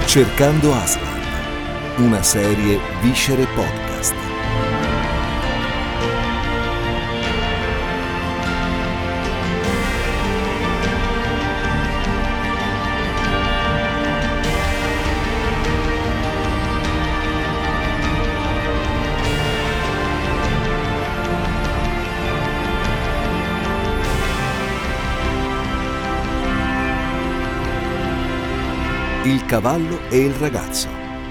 Cercando Aslan, una serie Viscere Podcast. Il cavallo e il ragazzo.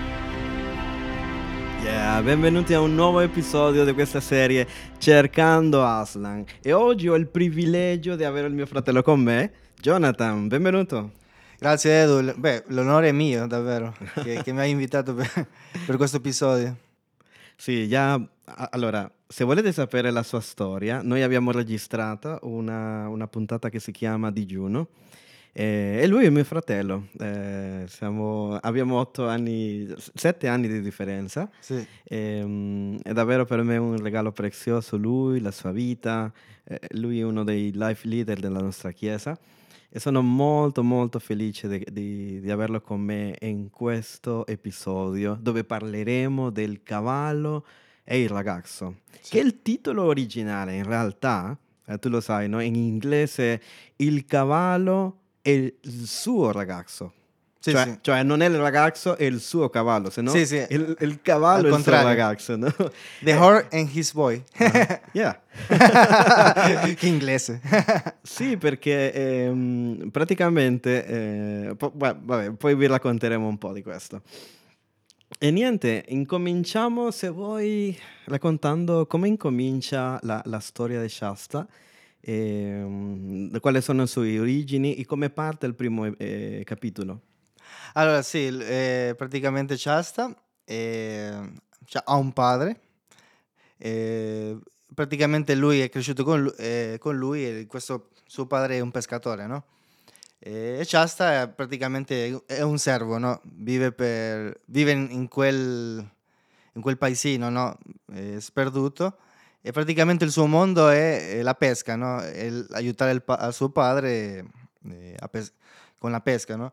Benvenuti a un nuovo episodio di questa serie Cercando Aslan. E oggi ho il privilegio di avere il mio fratello con me, Jonathan. Benvenuto. Grazie Edu, l'onore è mio davvero che mi hai invitato per questo episodio. Sì, allora, se volete sapere la sua storia, noi abbiamo registrato una puntata che si chiama Digiuno. E lui è mio fratello, abbiamo 7 anni di differenza. Sì. È davvero per me un regalo prezioso lui, la sua vita. Lui è uno dei life leader della nostra chiesa e sono molto molto felice di averlo con me in questo episodio dove parleremo del cavallo e il ragazzo, Sì. che è il titolo originale in realtà, tu lo sai, no? In inglese il cavallo e il suo ragazzo. Sì, cioè, sì. cioè non è il ragazzo e il suo cavallo, se no Sì, sì. il cavallo Al e il suo contrario. ragazzo, no? The Horse and His Boy. Yeah. Che inglese. Sì, perché praticamente, vabbè, poi vi racconteremo un po' di questo. E niente, incominciamo, se vuoi, raccontando come incomincia la storia di Shasta, quali sono le sue origini e come parte il primo capitolo. Allora sì, praticamente Shasta ha un padre, praticamente lui è cresciuto con lui e questo suo padre è un pescatore, no? E Shasta praticamente è un servo, no? Vive in quel paesino, no? Sperduto. E praticamente il suo mondo è la pesca, no? Aiutare al suo padre con la pesca, no?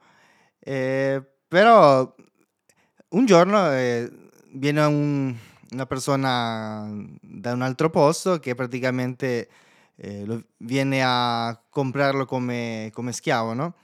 Però un giorno viene una persona da un altro posto che praticamente viene a comprarlo come schiavo, no?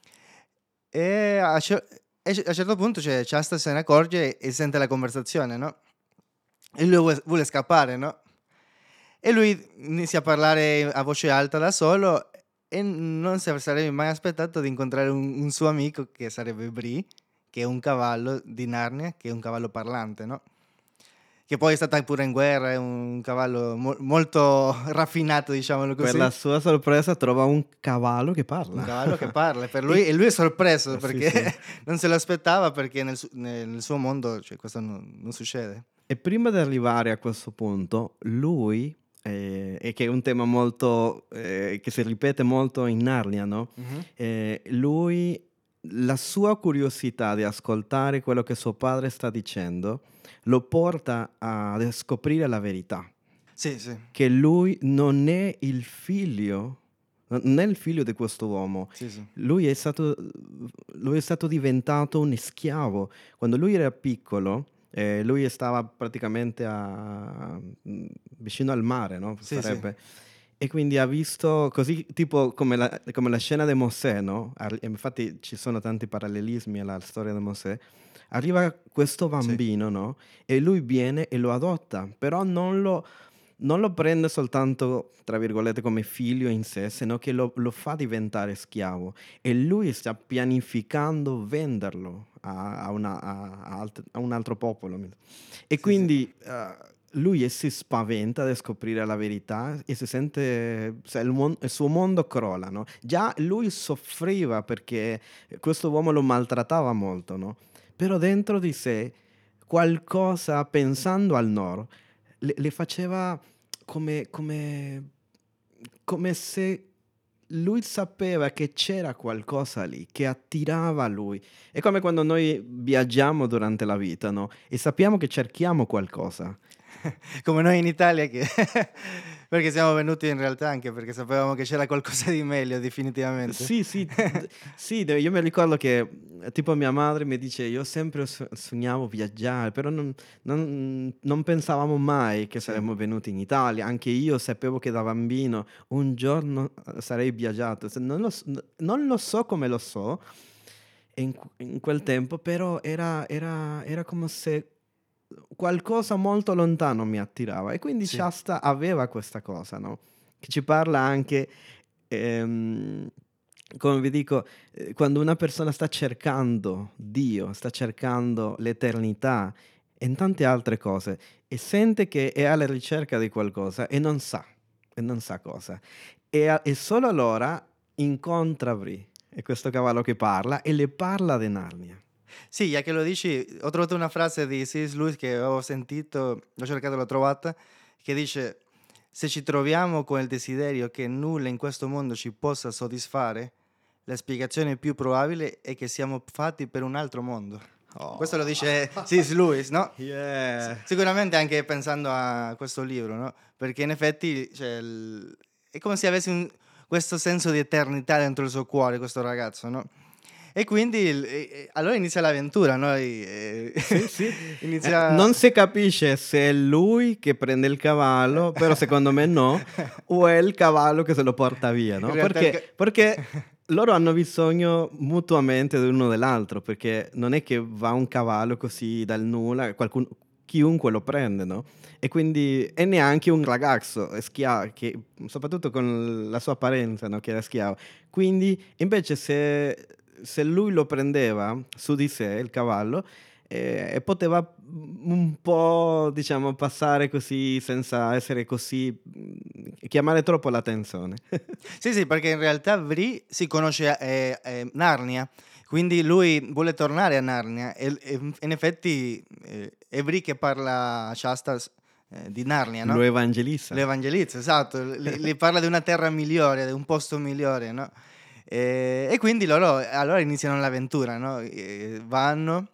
E a un certo punto Shasta se ne accorge e sente la conversazione, no? E lui vuole scappare, no? E lui inizia a parlare a voce alta da solo e non si sarebbe mai aspettato di incontrare un suo amico che sarebbe Bree, che è un cavallo di Narnia, che è un cavallo parlante, no? Che poi è stata pure in guerra, è un cavallo molto raffinato, diciamolo Per così. la sua sorpresa trova un cavallo che Un parla. cavallo che parla, per lui, e lui è sorpreso Sì, perché sì. non se lo aspettava, perché nel suo mondo questo non succede. E prima di arrivare a questo punto, lui, e che è un tema molto, che si ripete molto in Narnia, no? Mhm. Lui, la sua curiosità di ascoltare quello che suo padre sta dicendo, lo porta a scoprire la verità, Sì, sì, che lui non è il figlio, non è il figlio di questo uomo. sì, sì. Lui è stato diventato un schiavo. Quando lui era piccolo, lui stava praticamente vicino al mare, no? Sì, sì. Sarebbe. E quindi ha visto così, tipo come la scena di Mosè, no? Infatti ci sono tanti parallelismi alla storia di Mosè. Arriva questo Sì. bambino, no? E lui viene e lo adotta, però non lo prende soltanto, tra virgolette, come figlio in sé, sino che lo fa diventare schiavo. E lui sta pianificando venderlo a un altro popolo. E Sì, quindi lui si spaventa di scoprire la verità e si sente, cioè, il suo mondo crolla, no? Già lui soffriva perché questo uomo lo maltrattava molto, no? Però dentro di sé qualcosa, pensando al nord, le faceva come se lui sapeva che c'era qualcosa lì che attirava a lui. È come quando noi viaggiamo durante la vita, no? E sappiamo che cerchiamo qualcosa. come noi in Italia che Perché siamo venuti in realtà anche perché sapevamo che c'era qualcosa di meglio, definitivamente. Sì, sì, sì, io mi ricordo che tipo mia madre mi dice io sempre sognavo viaggiare, però non pensavamo mai che Sì. saremmo venuti in Italia. Anche io sapevo che da bambino un giorno sarei viaggiato. Non lo so come lo so in quel tempo, però era come se qualcosa molto lontano mi attirava. E quindi Sì. Shasta aveva questa cosa, no? Che ci parla anche, ehm, come vi dico, quando una persona sta cercando Dio, sta cercando l'eternità e tante altre cose e sente che è alla ricerca di qualcosa e non sa cosa. E solo allora incontra Bri, è questo cavallo che parla e le parla di Narnia. Sì, già che lo dici, ho trovato una frase di C.S. Lewis che avevo sentito, l'ho cercata e l'ho trovata, che dice: se ci troviamo con il desiderio che nulla in questo mondo ci possa soddisfare, la spiegazione più probabile è che siamo fatti per un altro mondo. Questo lo dice C.S. Lewis, no? Yeah. Sicuramente anche pensando a questo libro, no? Perché in effetti cioè, è come se avesse questo senso di eternità dentro il suo cuore, questo ragazzo, no? E quindi allora inizia l'avventura, no? Sì, sì. Inizia... Non si capisce se è lui che prende il cavallo, però secondo me no, o è il cavallo che se lo porta via, no? In realtà il Perché loro hanno bisogno mutuamente l'uno dell'altro, perché non è che va un cavallo così dal nulla, chiunque lo prende, no? E quindi è neanche un ragazzo che, soprattutto con la sua apparenza, no? Che era schiavo. Quindi invece se lui lo prendeva su di sé, il cavallo, e poteva un po', diciamo, passare così senza essere così, chiamare troppo l'attenzione. Sì, sì, perché in realtà Vri si conosce Narnia, quindi lui vuole tornare a Narnia e in effetti è Vri che parla a Shasta di Narnia, no? Lo evangelista. Lo evangelizza, esatto, li parla di una terra migliore, di un posto migliore, no? E quindi loro allora iniziano l'avventura, no? Vanno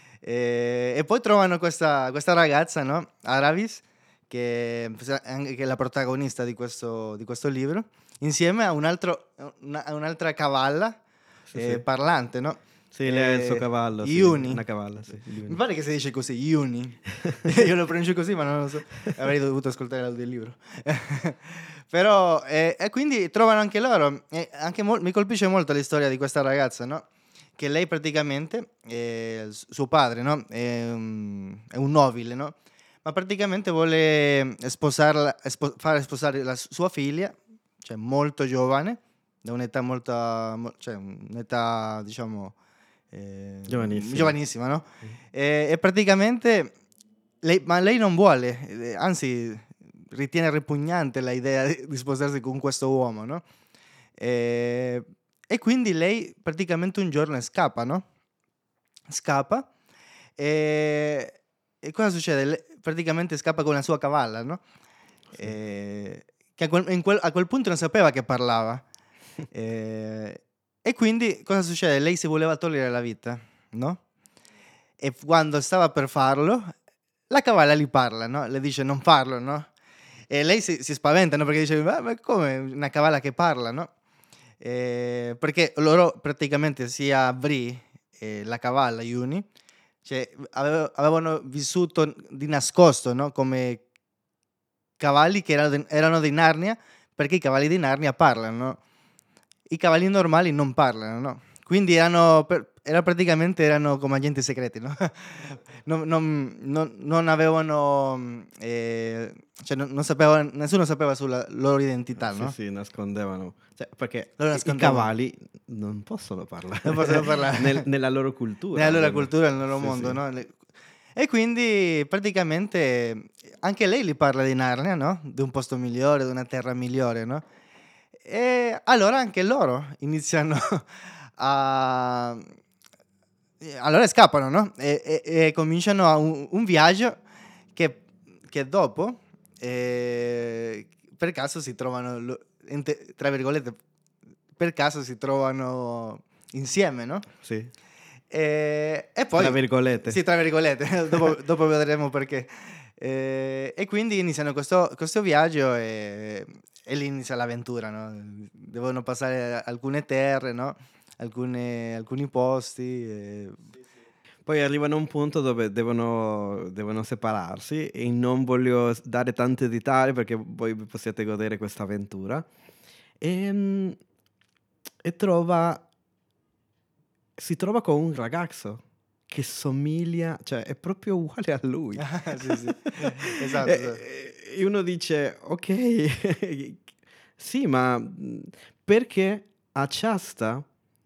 e poi trovano questa ragazza, no? Aravis, che è la protagonista di questo libro, insieme a a un'altra cavalla Sì, sì. parlante, no? Sì, lei è il suo cavallo. Sì, Iuni. una cavalla, sì. Mi pare che si dice così, Iuni. Io lo pronuncio così, ma non lo so. Avrei dovuto ascoltare l'audio del libro. Però, e quindi trovano anche loro. E anche mi colpisce molto la storia di questa ragazza, no? Che lei praticamente, suo padre, no? È un nobile, no? Ma praticamente vuole fare sposare la sua figlia, cioè molto giovane, da un'età cioè un'età, diciamo, giovanissima, no? E praticamente ma lei non vuole, anzi ritiene ripugnante l'idea di sposarsi con questo uomo, no? E quindi lei praticamente un giorno scappa, no? Scappa e cosa succede? Praticamente scappa con la sua cavalla, no? Sì. Che a quel punto non sapeva che parlava. E quindi cosa succede? Lei si voleva togliere la vita, no? E quando stava per farlo, la cavalla gli parla, no? Le dice non farlo, no? E lei si spaventa, no? Perché dice ma come una cavalla che parla, no? Perché loro praticamente sia Bri e la cavalla Iuni, cioè, avevano vissuto di nascosto, no? Come cavalli che erano di Narnia, perché i cavalli di Narnia parlano, no? I cavalli normali non parlano, no? Quindi erano come agenti segreti, no? Non avevano, cioè non sapevano, nessuno sapeva sulla loro identità, no? Sì, nascondevano. Cioè, perché Loro i nascondevano. cavalli non possono parlare. Non possono parlare. Nella loro cultura. Nella loro cultura, nel loro Sì, mondo, sì. no? E quindi praticamente anche lei gli parla di Narnia, no? Di un posto migliore, di una terra migliore, no? E allora anche loro iniziano a... Allora scappano, no? E cominciano un viaggio che dopo, per caso si trovano, tra virgolette, per caso si trovano insieme, no? Sì. E poi... Tra virgolette. Sì, tra virgolette, dopo vedremo perché. E quindi iniziano questo viaggio e lì inizia l'avventura, no? Devono passare alcune terre, no? Alcuni posti. Poi arrivano a un punto dove devono separarsi e non voglio dare tante dettagli perché voi vi possiate godere questa avventura. E, e si trova con un ragazzo che somiglia, cioè è proprio uguale a lui. Sì, sì. Esatto, esatto. E uno dice, ok, sì, ma perché a Shasta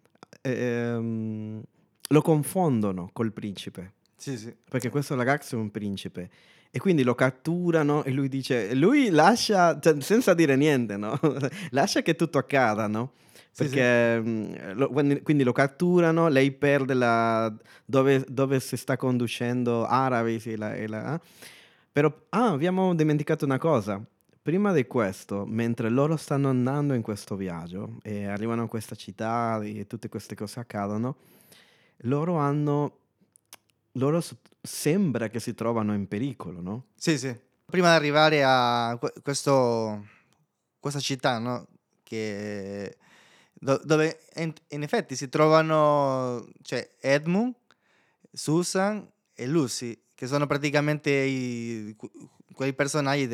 lo confondono col principe? Sì, sì. Perché questo ragazzo è un principe. E quindi lo catturano e lui dice, lui lascia, cioè, senza dire niente, no? Lascia che tutto accada, no? Sì, sì. Perché quindi lo catturano, lei perde dove si sta conducendo Aravis Però abbiamo dimenticato una cosa. Prima di questo, mentre loro stanno andando in questo viaggio e arrivano a questa città e tutte queste cose accadono, loro sembra che si trovano in pericolo, no? Sì, sì. Prima di arrivare a questa città, no? Dove in effetti si trovano, cioè, Edmund, Susan e Lucy, che sono praticamente quei personaggi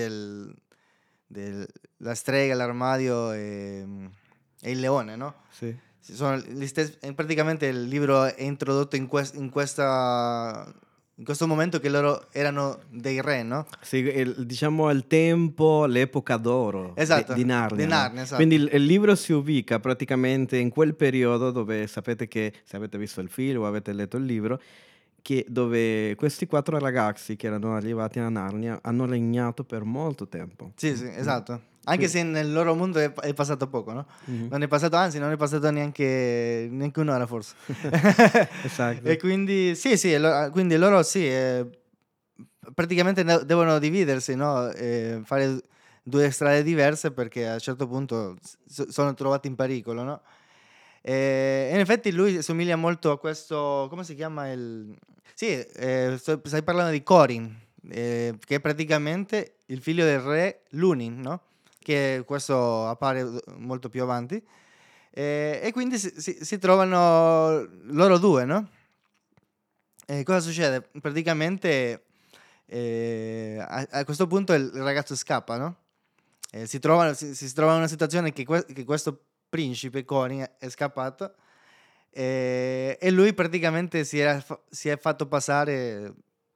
la strega, l'armadio e il leone, no? Sì. Sono praticamente il libro è introdotto in questo momento che loro erano dei re, no? Sì, diciamo il tempo, l'epoca d'oro Esatto, di Narnia, di no? Narnia, esatto. Quindi il libro si ubica praticamente in quel periodo dove sapete che, se avete visto il film o avete letto il libro, dove questi 4 ragazzi che erano arrivati a Narnia hanno regnato per molto tempo. Sì, sì, esatto. Anche se nel loro mondo è passato poco, no? Mhm. Non è passato, anzi, non è passato neanche un'ora forse. Esatto. E quindi, sì, quindi loro sì, praticamente devono dividersi, no? Fare 2 strade diverse perché a un certo punto sono trovati in pericolo, no? E in effetti lui somiglia molto a questo, come si chiama Sì, stai parlando di Corin, che è praticamente il figlio del re Lunin, no? Che questo appare molto più avanti. E quindi si trovano loro due, no? E cosa succede? Praticamente a questo punto il ragazzo scappa, no? Si trova in una situazione che questo principe Corin è scappato e lui praticamente si è fatto passare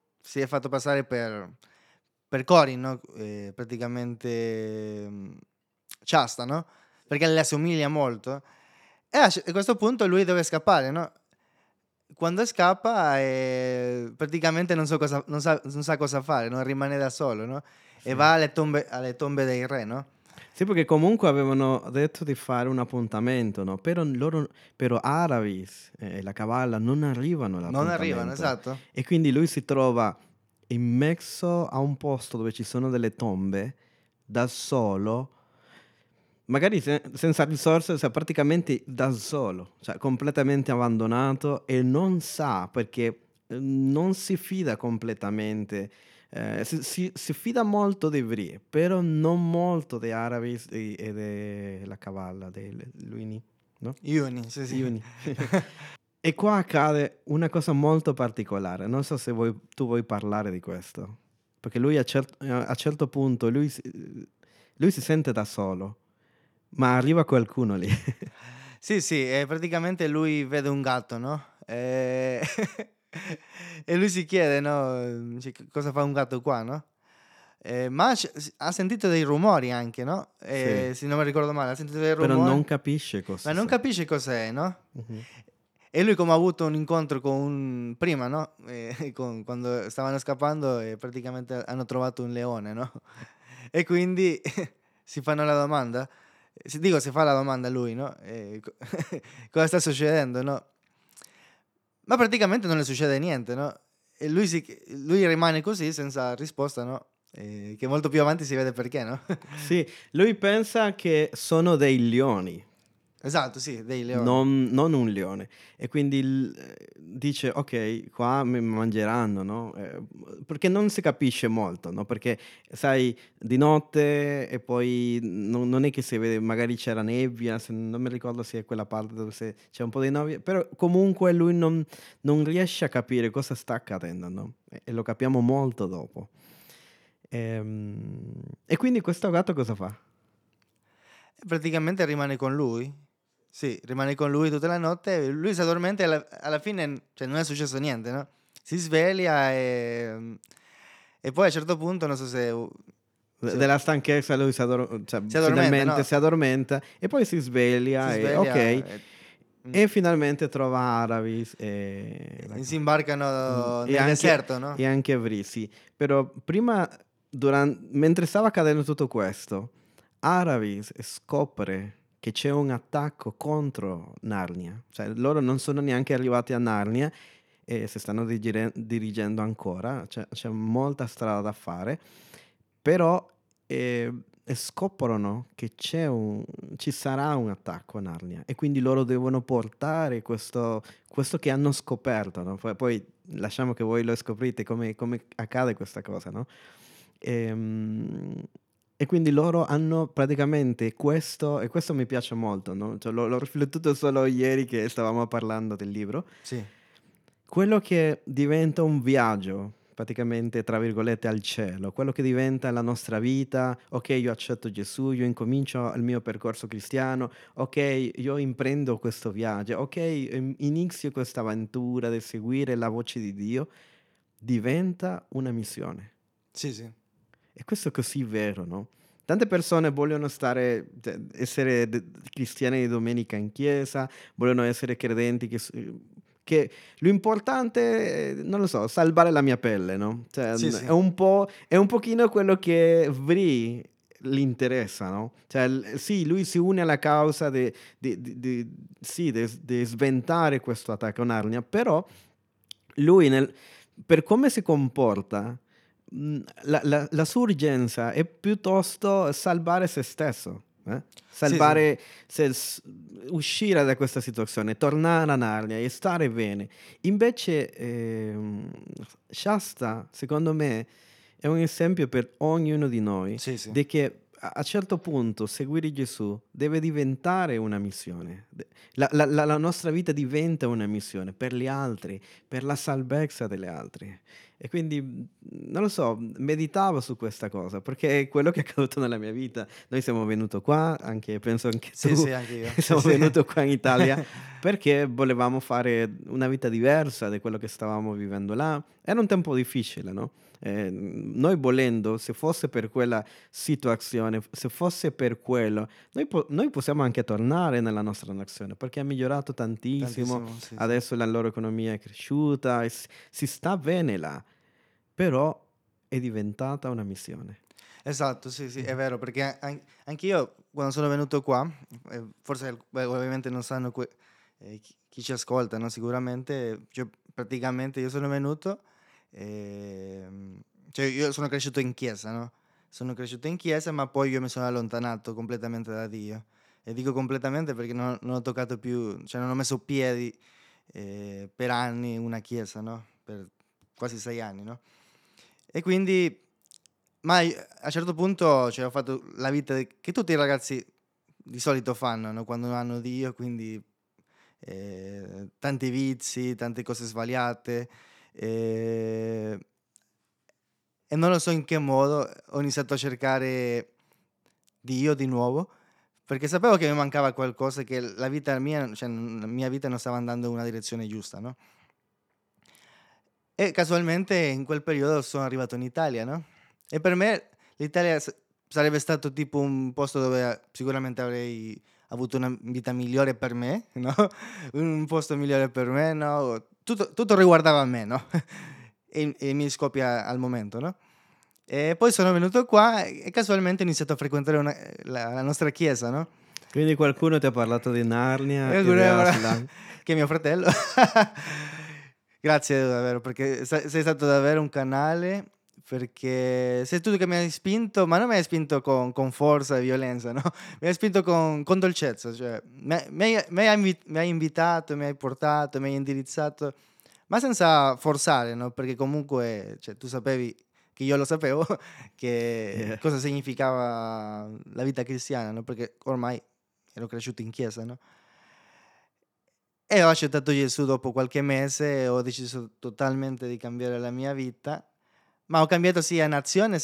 per Corin, no? Praticamente Shasta, no? Perché le assomiglia molto e a questo punto lui deve scappare, no? Quando scappa praticamente non sa cosa fare, no? Rimane da solo, no? Sì. E va alle tombe dei re, no? Sì, perché comunque avevano detto di fare un appuntamento, no? Però Aravis e la cavalla non arrivano Non all'appuntamento. arrivano, esatto. E quindi lui si trova in mezzo a un posto dove ci sono delle tombe, da solo, magari senza risorse, cioè praticamente da solo, cioè completamente abbandonato e non sa perché non si fida completamente. Si fida molto di Vri, però non molto di Aravis e della cavalla, di Luini, no? Iuni, sì, sì. Iuni. E qua accade una cosa molto particolare, non so se tu vuoi parlare di questo, perché lui a certo punto lui si sente da solo, ma arriva qualcuno lì. Sì, sì, praticamente lui vede un gatto, no? E lui si chiede, no? Cioè, cosa fa un gatto qua, no? Ma ha sentito dei rumori anche, no? Sì. Se non mi ricordo male, ha sentito dei Però rumori. non capisce cosa Ma non sia. capisce cos'è, no? Mhm. E lui come ha avuto un incontro prima, no? Quando stavano scappando e praticamente hanno trovato un leone, no? E quindi si fanno la domanda, si fa la domanda lui, no? Cosa sta succedendo, no? Ma praticamente non le succede niente, no? E lui rimane così senza risposta, no? Che molto più avanti si vede perché, no? Sì, lui pensa che sono dei leoni. Esatto, sì, dei leoni. non un leone. E quindi dice, ok, qua mi mangeranno, no? Perché non si capisce molto, no? Perché, sai, di notte e poi non è che si vede, magari c'era nebbia, non mi ricordo se è quella parte dove c'è un po' di nebbia, però comunque lui non riesce a capire cosa sta accadendo, no? E lo capiamo molto dopo. E quindi questo gatto cosa fa? Praticamente rimane con lui. Sì, rimane con lui tutta la notte. Lui si addormenta e alla fine, cioè, non è successo niente, no? Si sveglia e poi a un certo punto, non so se Della stanchezza lui cioè, si addormenta, finalmente no? si addormenta e poi si Si sveglia e ok, sveglia e finalmente trova Aravis e si imbarcano e nel deserto, no? anche Vri, sì. Però prima, mentre stava accadendo tutto questo, Aravis scopre che c'è un attacco contro Narnia. Cioè loro non sono neanche arrivati a Narnia e si stanno dirigendo ancora, c'è molta strada da fare, però scoprono che ci sarà un attacco a Narnia e quindi loro devono portare questo che hanno scoperto, no? Poi lasciamo che voi lo scoprite come accade questa cosa, no? E quindi loro hanno praticamente questo, e questo mi piace molto, no? Cioè, l'ho riflettuto solo ieri che stavamo parlando del libro. Sì. Quello che diventa un viaggio, praticamente, tra virgolette, al cielo, quello che diventa la nostra vita, ok, io accetto Gesù, io incomincio il mio percorso cristiano, ok, io imprendo questo viaggio, ok, inizio questa avventura di seguire la voce di Dio, diventa una missione. Sì, sì. E questo è così vero, no? Tante persone vogliono essere cristiani di domenica in chiesa, vogliono essere credenti che l'importante è, non lo so, salvare la mia pelle, no? Cioè, Sì, sì. è un pochino quello che Vri gli interessa, no? Cioè, sì, lui si une alla causa di sventare questo attacco a Narnia, però lui, per come si comporta, la sua urgenza è piuttosto salvare se stesso, salvare, uscire da questa situazione, tornare a Narnia e stare bene. Invece Shasta, secondo me, è un esempio per ognuno di noi Sì, sì. di che a un certo punto seguire Gesù deve diventare una missione. La nostra vita diventa una missione per gli altri, per la salvezza degli altri. E quindi, non lo so, meditavo su questa cosa, perché è quello che è accaduto nella mia vita. Noi siamo venuti qua, penso anche tu, Sì, sì, anche io. siamo Sì, sì. venuti qua in Italia, perché volevamo fare una vita diversa di quello che stavamo vivendo là. Era un tempo difficile, no? Noi volendo, se fosse per quella situazione, se fosse per quello, noi possiamo anche tornare nella nostra nazione, perché ha migliorato tantissimo. Tantissimo, sì, sì. Adesso la loro economia è cresciuta e si sta bene là, però è diventata una missione. Esatto, sì, sì, è vero, perché anche io quando sono venuto qua, forse ovviamente non sanno chi ci ascolta, no? Sicuramente, cioè, praticamente io sono venuto, cioè io sono cresciuto in chiesa, no? Sono cresciuto in chiesa, ma poi io mi sono allontanato completamente da Dio. E dico completamente perché non ho toccato più, cioè non ho messo piedi per anni in una chiesa, no? Per quasi 6 anni, no? E quindi, ma a un certo punto, cioè, ho fatto la vita che tutti i ragazzi di solito fanno, no? Quando non hanno Dio, quindi tanti vizi, tante cose sbagliate. E non lo so in che modo ho iniziato a cercare Dio di nuovo, perché sapevo che mi mancava qualcosa, che la vita mia, cioè la mia vita non stava andando in una direzione giusta, no? E casualmente in quel periodo sono arrivato in Italia, no? E per me l'Italia sarebbe stato tipo un posto dove sicuramente avrei avuto una vita migliore per me, no? Un posto migliore per me, no? Tutto riguardava a me, no? E i miei scopi al momento, no? E poi sono venuto qua e casualmente ho iniziato a frequentare la nostra chiesa, no? Quindi qualcuno ti ha parlato di Narnia e di Guarda, Aslan. che è mio fratello. Grazie davvero, perché sei stato davvero un canale perché sei tu che mi hai spinto, ma non mi hai spinto con forza e violenza, no? Mi hai spinto con dolcezza, cioè mi hai invitato, mi hai portato, mi hai indirizzato, ma senza forzare, no? Perché comunque, cioè, tu sapevi che io lo sapevo, che Yeah. cosa significava la vita cristiana, no? Perché ormai ero cresciuto in chiesa, no? E ho accettato Gesù dopo qualche mese, ho deciso totalmente di cambiare la mia vita, ma ho cambiato sia nazione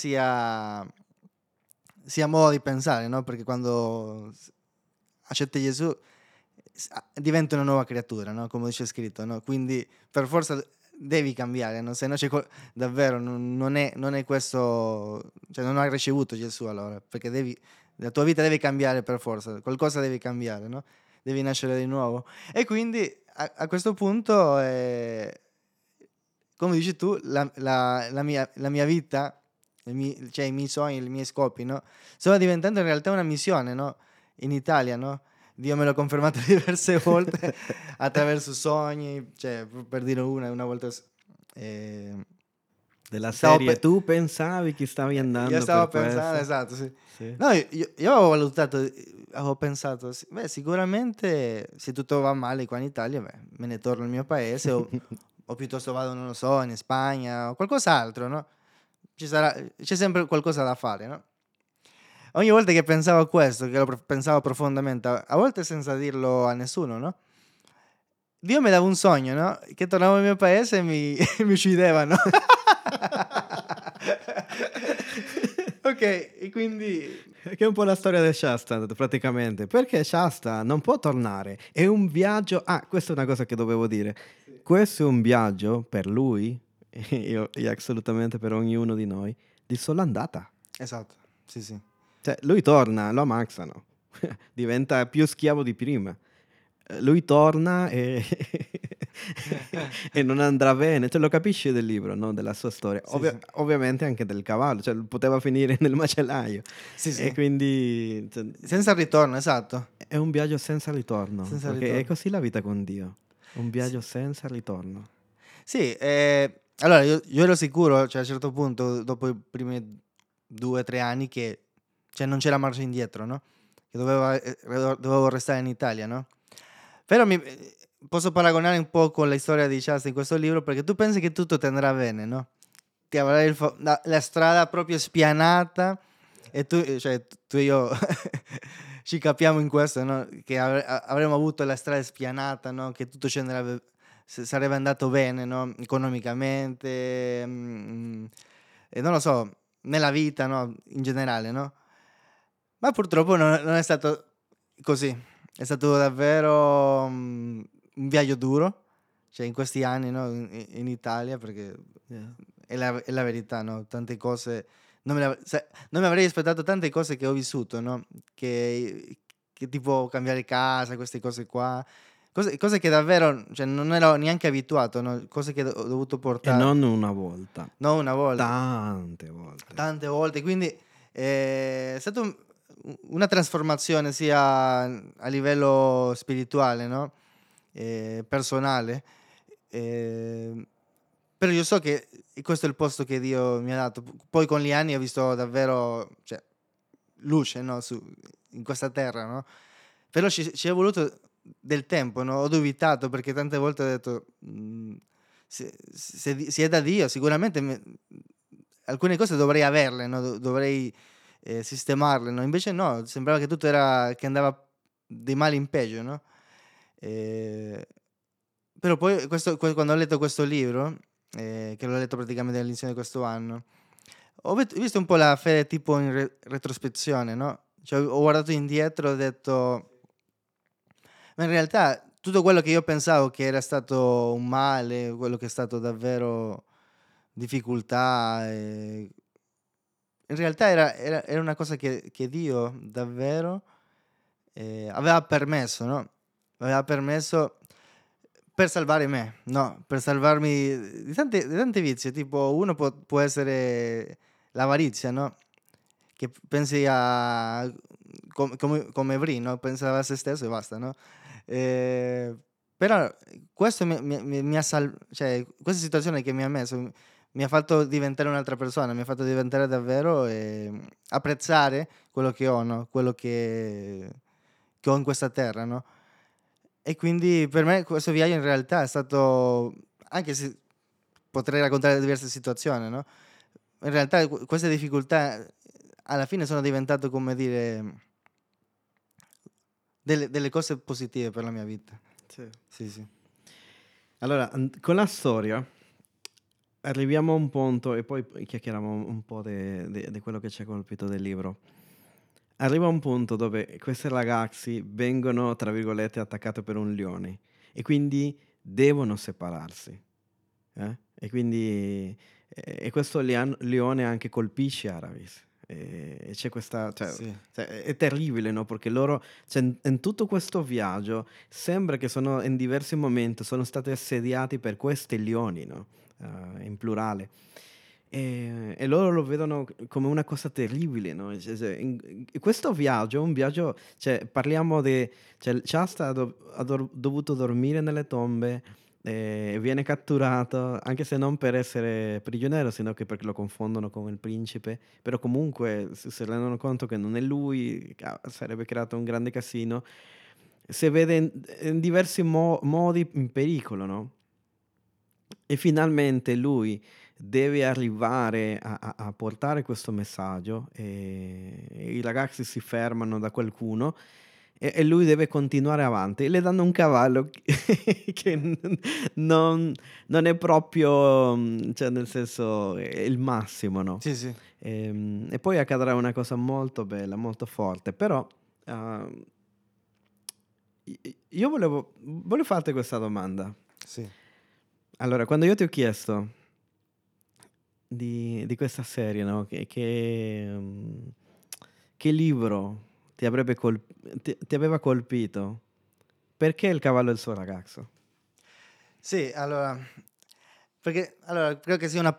sia modo di pensare, no? Perché quando accetti Gesù diventa una nuova creatura, no? Come dice scritto, no? Quindi per forza devi cambiare, no? Se no davvero non è questo, cioè non hai ricevuto Gesù allora, perché la tua vita deve cambiare per forza, qualcosa devi cambiare, no? Devi nascere di nuovo. E quindi a questo punto, come dici tu, la mia vita, cioè i miei sogni, i miei scopi, no? Stanno diventando in realtà una missione, no? In Italia, no? Dio me l'ha confermato diverse volte attraverso sogni, cioè per dire una volta eh, Della stavo serie, pe- tu pensavi che stavi io andando stavo per pensando, questo? esatto, sì. Sì. No, io avevo valutato, avevo pensato, beh, sicuramente se tutto va male qua in Italia, beh, me ne torno al mio paese o piuttosto vado, non lo so, in Spagna o qualcos'altro, no? C'è sempre qualcosa da fare, no? Ogni volta che pensavo a questo, che pensavo profondamente, a volte senza dirlo a nessuno, no? Dio mi dava un sogno, no? Che tornavo al mio paese e mi, mi uccidevano. Ok, e quindi Che è un po' la storia di Shasta, praticamente. Perché Shasta non può tornare. È un viaggio. Ah, questa è una cosa che dovevo dire. Questo è un viaggio per lui, e assolutamente per ognuno di noi, di sola andata. esatto, sì, sì. Cioè, lui torna, lo ammazzano. Diventa più schiavo di prima. Lui torna e, e non andrà bene. Cioè, lo capisci del libro, no? Della sua storia. Sì, sì. Ovviamente anche del cavallo, cioè poteva finire nel macellaio. Sì, E sì. quindi cioè, Senza ritorno, esatto. è un viaggio senza ritorno. Senza Perché è ritorno. così la vita con Dio. Un Sì, viaggio senza ritorno. sì, allora io ero sicuro, cioè a un certo punto, dopo i primi 2 o 3 anni, che cioè, non c'era marcia indietro, no? Che dovevo restare in Italia, no? Però posso paragonare un po' con la storia di Shasta in questo libro, perché tu pensi che tutto ti andrà bene, no? Ti avrai la strada proprio spianata e cioè, tu e io ci capiamo in questo, no? Che avremmo avuto la strada spianata, no? Che tutto ci andrebbe, sarebbe andato bene, no? Economicamente, e non lo so, nella vita, no? In generale, no? Ma purtroppo non è stato così. È stato davvero un viaggio duro, cioè in questi anni, no? In Italia, perché Yeah. è la verità, no? Tante cose, non mi avrei aspettato tante cose che ho vissuto, no? Che tipo cambiare casa, queste cose qua. Cose che davvero, cioè, non ero neanche abituato, no? Cose che ho dovuto E portare, non una volta, non una volta, tante volte. tante volte. Quindi è stata una trasformazione sia a livello spirituale, no? Personale. Eh, Però io so che questo è il posto che Dio mi ha dato. Poi con gli anni ho visto davvero, cioè, luce, no? In questa terra, no? Però ci è voluto del tempo, no? Ho dubitato perché tante volte ho detto, se è da Dio, sicuramente alcune cose dovrei averle, no? Dovrei sistemarle, no? Invece no, sembrava che tutto che andava di male in peggio, no? Eh, Però poi quando ho letto questo libro, che l'ho letto praticamente all'inizio di questo anno, ho visto un po' la fede tipo in retrospezione, no? Cioè, ho guardato indietro e ho detto, ma in realtà tutto quello che io pensavo che era stato un male, quello che è stato davvero difficoltà, in realtà era una cosa che Dio davvero aveva permesso, no? Aveva permesso per salvare me, no? Per salvarmi di tanti vizi, tipo uno può essere l'avarizia, no? Che pensi a come Brie, no? Pensava a se stesso e basta, no? Eh, Però questo mi ha cioè, questa situazione che mi ha messo mi ha fatto diventare un'altra persona, mi ha fatto diventare davvero apprezzare quello che ho, no? Quello che ho in questa terra, no? E quindi per me questo viaggio in realtà è stato, anche se potrei raccontare diverse situazioni, no? In realtà queste difficoltà alla fine sono diventate, come dire, delle cose positive per la mia vita. Sì. Sì, sì. Allora, con la storia arriviamo a un punto e poi chiacchieriamo un po' di quello che ci ha colpito del libro. Arriva un punto dove questi ragazzi vengono, tra virgolette, attaccati per un leone e quindi devono separarsi. E quindi e questo leone anche colpisce Aravis. E c'è questa, cioè, Sì. è terribile, no? Perché loro, cioè, in tutto questo viaggio sembra che sono in diversi momenti sono stati assediati per questi leoni, no? In plurale. E loro lo vedono come una cosa terribile, no? In questo viaggio, un viaggio, cioè, parliamo di, cioè, Shasta ha dovuto dormire nelle tombe, viene catturato, anche se non per essere prigioniero, sino che perché lo confondono con il principe, però comunque si rendono conto che non è lui, sarebbe creato un grande casino, si vede in diversi modi in pericolo, no? E finalmente lui deve arrivare a portare questo messaggio e i ragazzi si fermano da qualcuno e lui deve continuare avanti. E le danno un cavallo che non è proprio, cioè nel senso, è il massimo, no? Sì, sì. E poi accadrà una cosa molto bella, molto forte, però io volevo farti questa domanda. Sì. Allora, quando io ti ho chiesto di questa serie, no? Che libro ti aveva colpito? Perché il cavallo e il suo ragazzo? Sì, allora, perché allora, credo che sia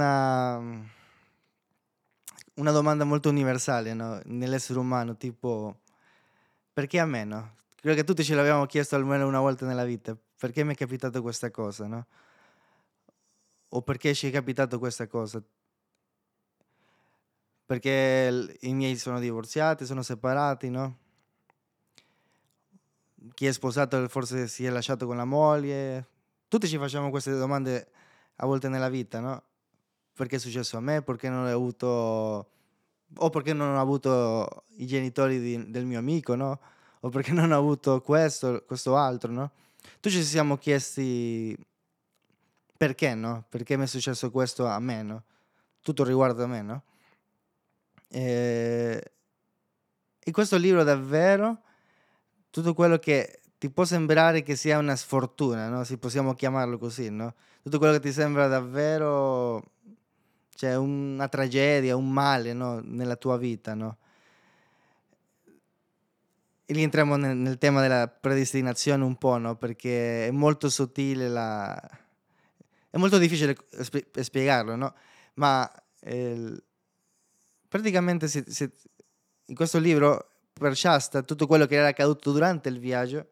una domanda molto universale, no? Nell'essere umano, tipo, perché a me, no? Credo che tutti ce l'abbiamo chiesto almeno una volta nella vita, perché mi è capitato questa cosa, no? O perché ci è capitato questa cosa? Perché i miei sono divorziati, sono separati, no? Chi è sposato forse si è lasciato con la moglie. Tutti ci facciamo queste domande a volte nella vita, no? Perché è successo a me? Perché non ho avuto... O perché non ho avuto i genitori del mio amico, no? O perché non ho avuto questo altro, no? Tutti ci siamo chiesti perché, no? Perché mi è successo questo a me, no? Tutto riguarda me, no? In questo libro davvero tutto quello che ti può sembrare che sia una sfortuna, no? Se possiamo chiamarlo così, no? Tutto quello che ti sembra davvero, cioè una tragedia, un male, no? Nella tua vita, no? E lì entriamo nel tema della predestinazione un po', no? Perché è molto sottile è molto difficile spiegarlo, no? Ma praticamente in questo libro per Shasta tutto quello che era accaduto durante il viaggio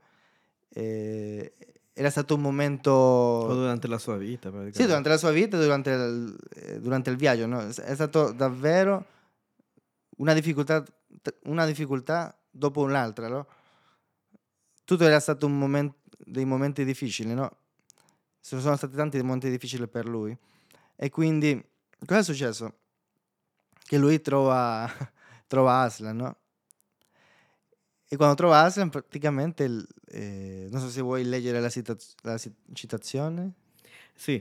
era stato un O momento, durante la sua vita, sì, praticamente. durante la sua vita, durante il viaggio, no? È stato davvero una difficoltà dopo un'altra, no? Tutto era stato dei momenti difficili, no? Sono stati tanti momenti difficili per lui. E quindi cosa è successo? Che lui trova Aslan, no? E quando trova Aslan praticamente, non so se vuoi leggere la citazione. Sì,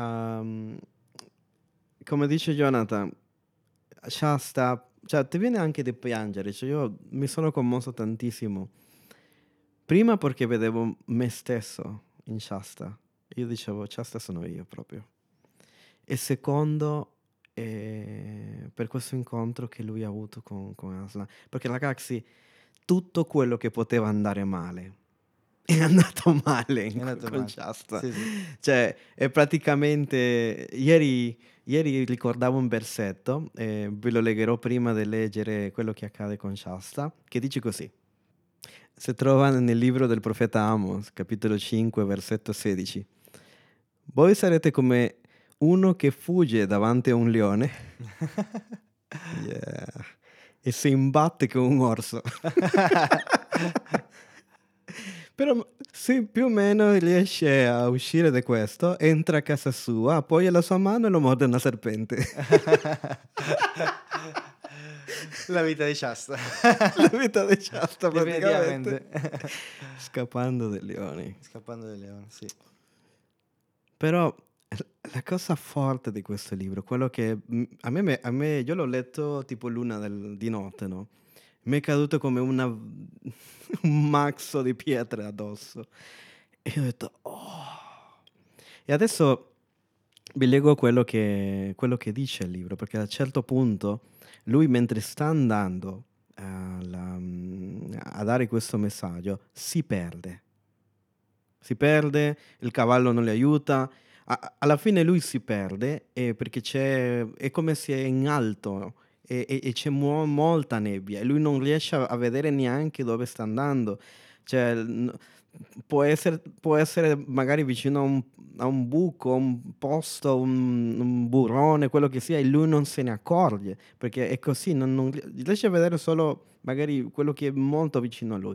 come dice Jonathan, Shasta, cioè ti viene anche di piangere, cioè io mi sono commosso tantissimo. Prima perché vedevo me stesso in Shasta, io dicevo Shasta sono io proprio. E secondo, per questo incontro che lui ha avuto con Aslan, perché ragazzi, tutto quello che poteva andare male è andato male È andato con male. Shasta. Sì, sì. Cioè, è praticamente... Ieri ricordavo un versetto, ve lo legherò prima di leggere quello che accade con Shasta, che dice così. Si trova nel libro del profeta Amos, capitolo 5, versetto 16. Voi sarete come uno che fugge davanti a un leone yeah, e si imbatte con un orso. Però sì, più o meno riesce a uscire da questo, entra a casa sua, appoggia la sua mano e lo morde una serpente. La vita di Shasta. La vita di Shasta praticamente. Definitivamente. Scappando dai leoni. Scappando dai leoni, sì. Però la cosa forte di questo libro, quello che a me io l'ho letto tipo di notte, no? Mi è caduto come un mazzo di pietre addosso. E ho detto, oh. E adesso vi leggo quello che dice il libro, perché a un certo punto lui, mentre sta andando a dare questo messaggio, si perde. Si perde, il cavallo non le aiuta. Alla fine lui si perde perché è come se è in alto e c'è molta nebbia e lui non riesce a vedere neanche dove sta andando. Cioè, può essere magari vicino a un buco, un posto, un burrone, quello che sia, e lui non se ne accorge perché è così, non riesce a vedere solo magari quello che è molto vicino a lui.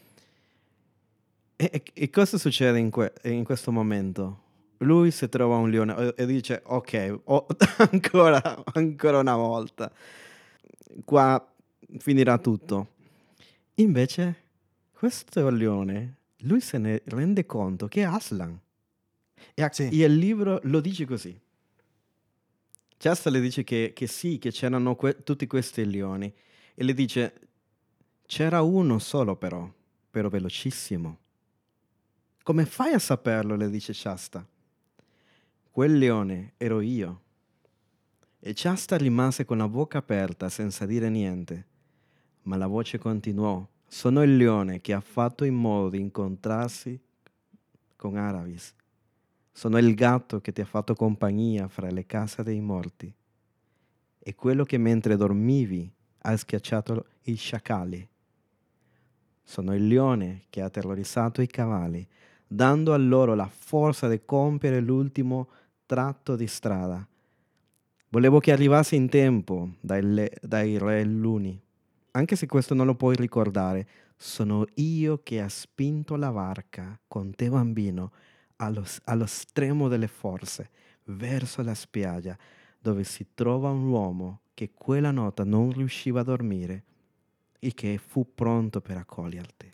E cosa succede in questo momento? Lui si trova un leone e dice, ok, ancora una volta, qua finirà tutto. Invece, questo leone, lui se ne rende conto che è Aslan. Sì. E il libro lo dice così. Shasta le dice che sì, che c'erano tutti questi leoni. E le dice, c'era uno solo però velocissimo. Come fai a saperlo? Le dice Shasta. Quel leone ero io. E Shasta rimase con la bocca aperta senza dire niente. Ma la voce continuò. Sono il leone che ha fatto in modo di incontrarsi con Aravis. Sono il gatto che ti ha fatto compagnia fra le case dei morti. E quello che mentre dormivi ha schiacciato i sciacalli. Sono il leone che ha terrorizzato i cavalli, dando a loro la forza di compiere l'ultimo tratto di strada. Volevo che arrivasse in tempo dai re luni. Anche se questo non lo puoi ricordare, sono io che ha spinto la barca con te bambino allo stremo delle forze, verso la spiaggia, dove si trova un uomo che quella notte non riusciva a dormire e che fu pronto per accoglierti.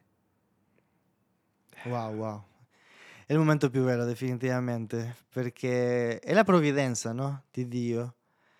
Wow. È il momento più bello definitivamente, perché è la provvidenza, no? Di Dio.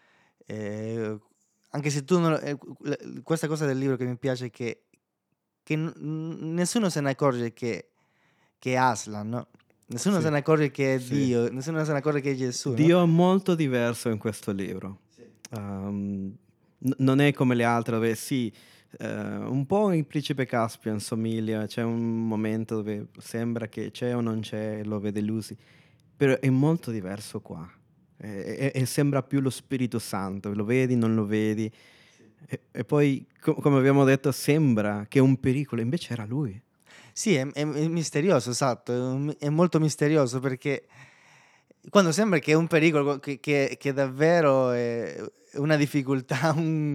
Anche se tu non, questa cosa del libro che mi piace è che nessuno se ne accorge che è Aslan, no? Nessuno Sì, se ne accorge che è sì. Dio, nessuno se ne accorge che è Gesù, no? Dio è molto diverso in questo libro. Sì. Non è come le altre dove sì, un po' il principe Caspian somiglia, c'è un momento dove sembra che c'è o non c'è, lo vede Lucy, però è molto diverso qua. E sembra più lo Spirito Santo, lo vedi, non lo vedi. E poi, come abbiamo detto, sembra che è un pericolo, invece era lui. Sì, è misterioso, esatto, è molto misterioso perché quando sembra che è un pericolo, che davvero è una difficoltà,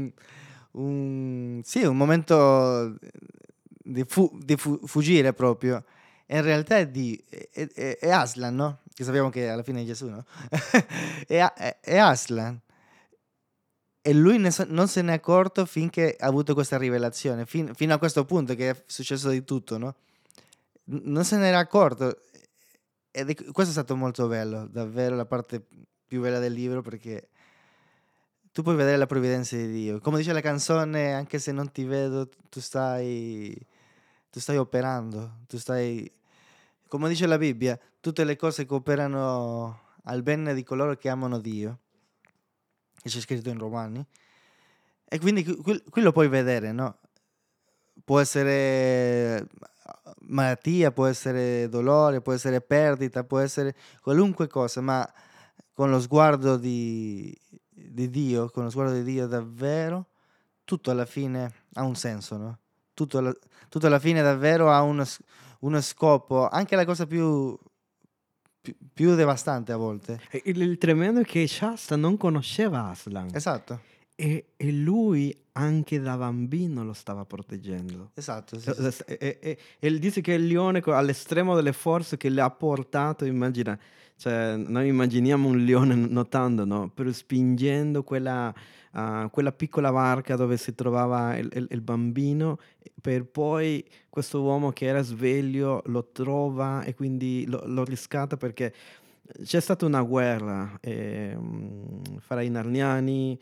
sì, un momento di fuggire proprio, in realtà è Aslan, no? Che sappiamo che alla fine è Gesù, no? È Aslan. E lui non se n'è accorto finché ha avuto questa rivelazione, fino a questo punto che è successo di tutto, no? Non se n'era accorto. Questo è stato molto bello, davvero la parte più bella del libro, perché tu puoi vedere la provvidenza di Dio. Come dice la canzone, anche se non ti vedo, tu stai operando, come dice la Bibbia, tutte le cose cooperano al bene di coloro che amano Dio, che c'è scritto in Romani. E quindi qui lo puoi vedere, no? Può essere malattia, può essere dolore, può essere perdita, può essere qualunque cosa, ma con lo sguardo di Dio, con lo sguardo di Dio davvero, tutto alla fine ha un senso, no? Tutto alla fine davvero ha uno scopo, anche la cosa più più devastante a volte. E il tremendo è che Shasta non conosceva Aslan Esatto, e lui anche da bambino lo stava proteggendo. esatto, sì, sì. E dice che il leone all'estremo delle forze che le ha portato, immagina, cioè, noi immaginiamo un leone nuotando, no? Però spingendo quella piccola barca dove si trovava il bambino, per poi questo uomo che era sveglio lo trova e quindi lo riscatta perché c'è stata una guerra fra i Narniani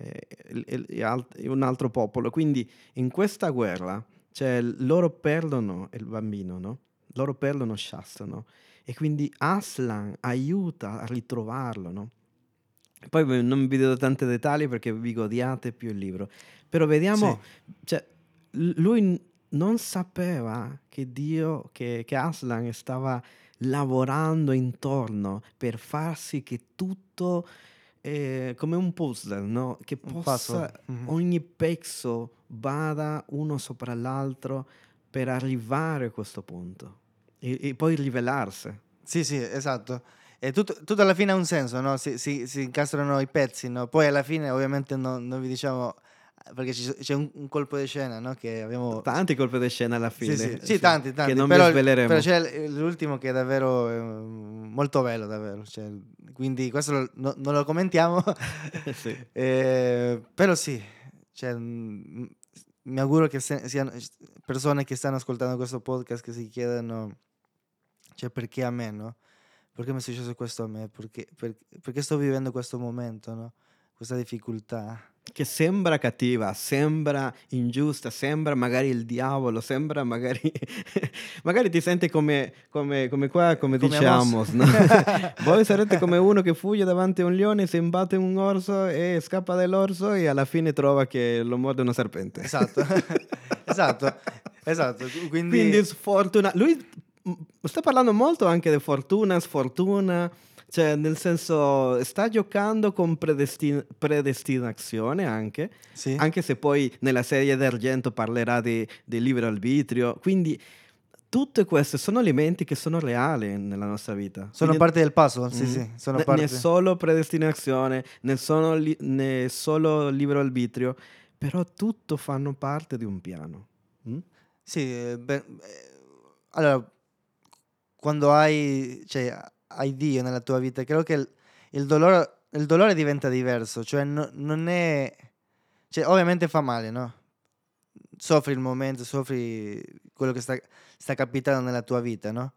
e un altro popolo. Quindi in questa guerra, cioè, loro perdono il bambino, no? Loro perdono Shasta, no? E quindi Aslan aiuta a ritrovarlo, no? Poi non vi do tanti dettagli perché vi godiate più il libro. Però Sì, vediamo, cioè, lui non sapeva che che Aslan stava lavorando intorno per far sì che tutto, come un puzzle, no? Che un puzzle. possa, ogni pezzo vada uno sopra l'altro per arrivare a questo punto e poi rivelarsi. Sì, sì, esatto. E tutto alla fine ha un senso, no? Si incastrano i pezzi, no? Poi alla fine ovviamente non vi diciamo, perché c'è un colpo di scena, no? Che abbiamo... Tanti colpi di scena alla Sì, fine, sì, tanti, che non vi però sveleremo. c'è l'ultimo che è davvero molto bello, davvero. Cioè, quindi questo non lo commentiamo, Sì. però sì, cioè, mi auguro che siano persone che stanno ascoltando questo podcast che si chiedono, cioè, perché a me, no? Perché mi è successo questo a me? Perché sto vivendo questo momento, no? Questa difficoltà. Che sembra cattiva, sembra ingiusta, sembra magari il diavolo, sembra magari, magari ti senti come qua, come Come dice Amos. Amos, no? Voi sarete come uno che fugge davanti a un leone, si imbatte un orso e scappa dall'orso e alla fine trova che lo morde una serpente. Esatto, esatto. Quindi sfortuna. Lui sta parlando molto anche di fortuna, sfortuna, cioè nel senso sta giocando con predestinazione anche, Sì. anche se poi nella serie d'argento parlerà di libero arbitrio. Quindi tutte queste sono elementi che sono reali nella nostra vita. Sono Quindi, parte del puzzle, sì, sì, sono né parte. solo predestinazione, né solo libero arbitrio, però tutto fanno parte di un piano. Mm? Sì, allora, quando hai Dio nella tua vita, credo che il dolore diventa diverso, cioè non è... Cioè, ovviamente fa male, no? Soffri il momento, soffri quello che sta capitando nella tua vita, no?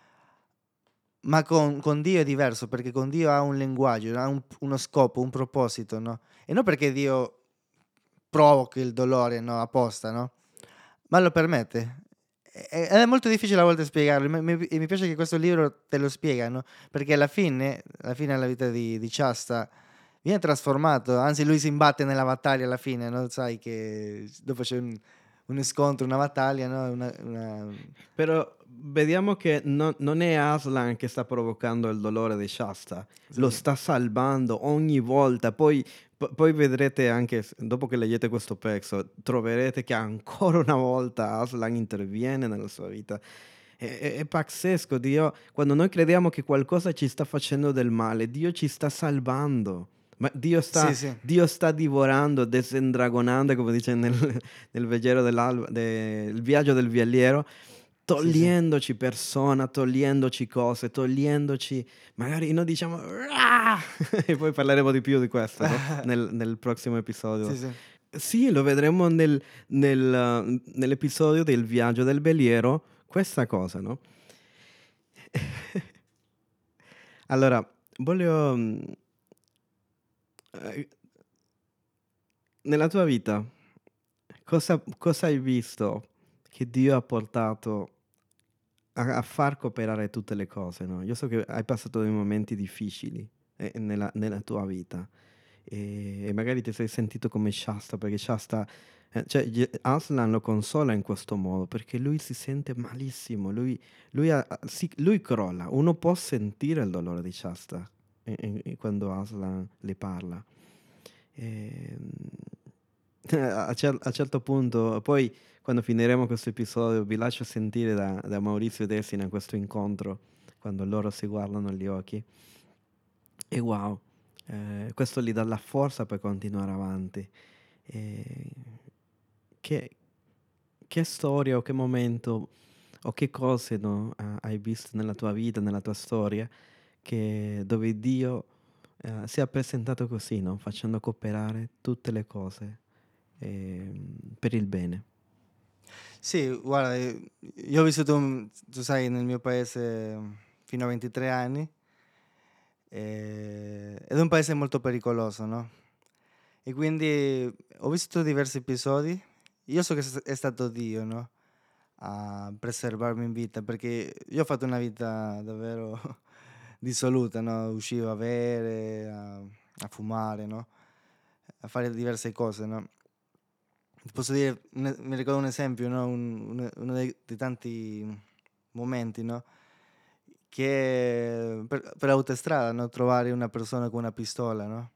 Ma con Dio è diverso, perché con Dio ha un linguaggio, ha uno scopo, un proposito, no? E non perché Dio provoca il dolore, no, apposta, no? Ma lo permette. È molto difficile a volte spiegarlo, e mi piace che questo libro te lo spiega, no? Perché alla fine della vita di Shasta viene trasformato, anzi lui si imbatte nella battaglia alla fine, no? Sai che dopo c'è un scontro, una battaglia, no? Però vediamo che non è Aslan che sta provocando il dolore di Shasta, lo Sì. sta salvando ogni volta. Poi vedrete anche, dopo che leggete questo pezzo, troverete che ancora una volta Aslan interviene nella sua vita. È pazzesco, Dio, quando noi crediamo che qualcosa ci sta facendo del male, Dio ci sta salvando. Ma Dio Sì, sì. sta divorando, desendragonando, come dice nel Vangelo il viaggio del vialiero, togliendoci persona, togliendoci cose, togliendoci... Magari noi diciamo... "Ah!" E poi parleremo di più di questo, no? nel prossimo episodio. Sì, sì. Sì, lo vedremo nell'episodio del viaggio del veliero, questa cosa, no? Allora, voglio... nella tua vita, cosa hai visto che Dio ha portato a far cooperare tutte le cose, no? Io so che hai passato dei momenti difficili nella tua vita e magari ti sei sentito come Shasta, perché Shasta, cioè Aslan lo consola in questo modo, perché lui si sente malissimo, lui crolla, uno può sentire il dolore di Shasta quando Aslan le parla. A certo punto, poi quando finiremo questo episodio, vi lascio sentire da Maurizio Dessina questo incontro quando loro si guardano negli occhi. E wow, questo gli dà la forza per continuare avanti. E che, che storia o che momento o che cose, no, hai visto nella tua vita, nella tua storia, dove Dio si è presentato così, no? Facendo cooperare tutte le cose per il bene. Sì, guarda, io ho vissuto, tu sai, nel mio paese fino a 23 anni, ed è un paese molto pericoloso, no? E quindi ho vissuto diversi episodi. Io so che è stato Dio, no? A preservarmi in vita, perché io ho fatto una vita davvero dissoluta, no? Uscivo a bere, a fumare, no? A fare diverse cose, no? Ti posso dire, mi ricordo un esempio, no? Uno dei tanti momenti, no? Che per autostrada, no? Trovare una persona con una pistola, no?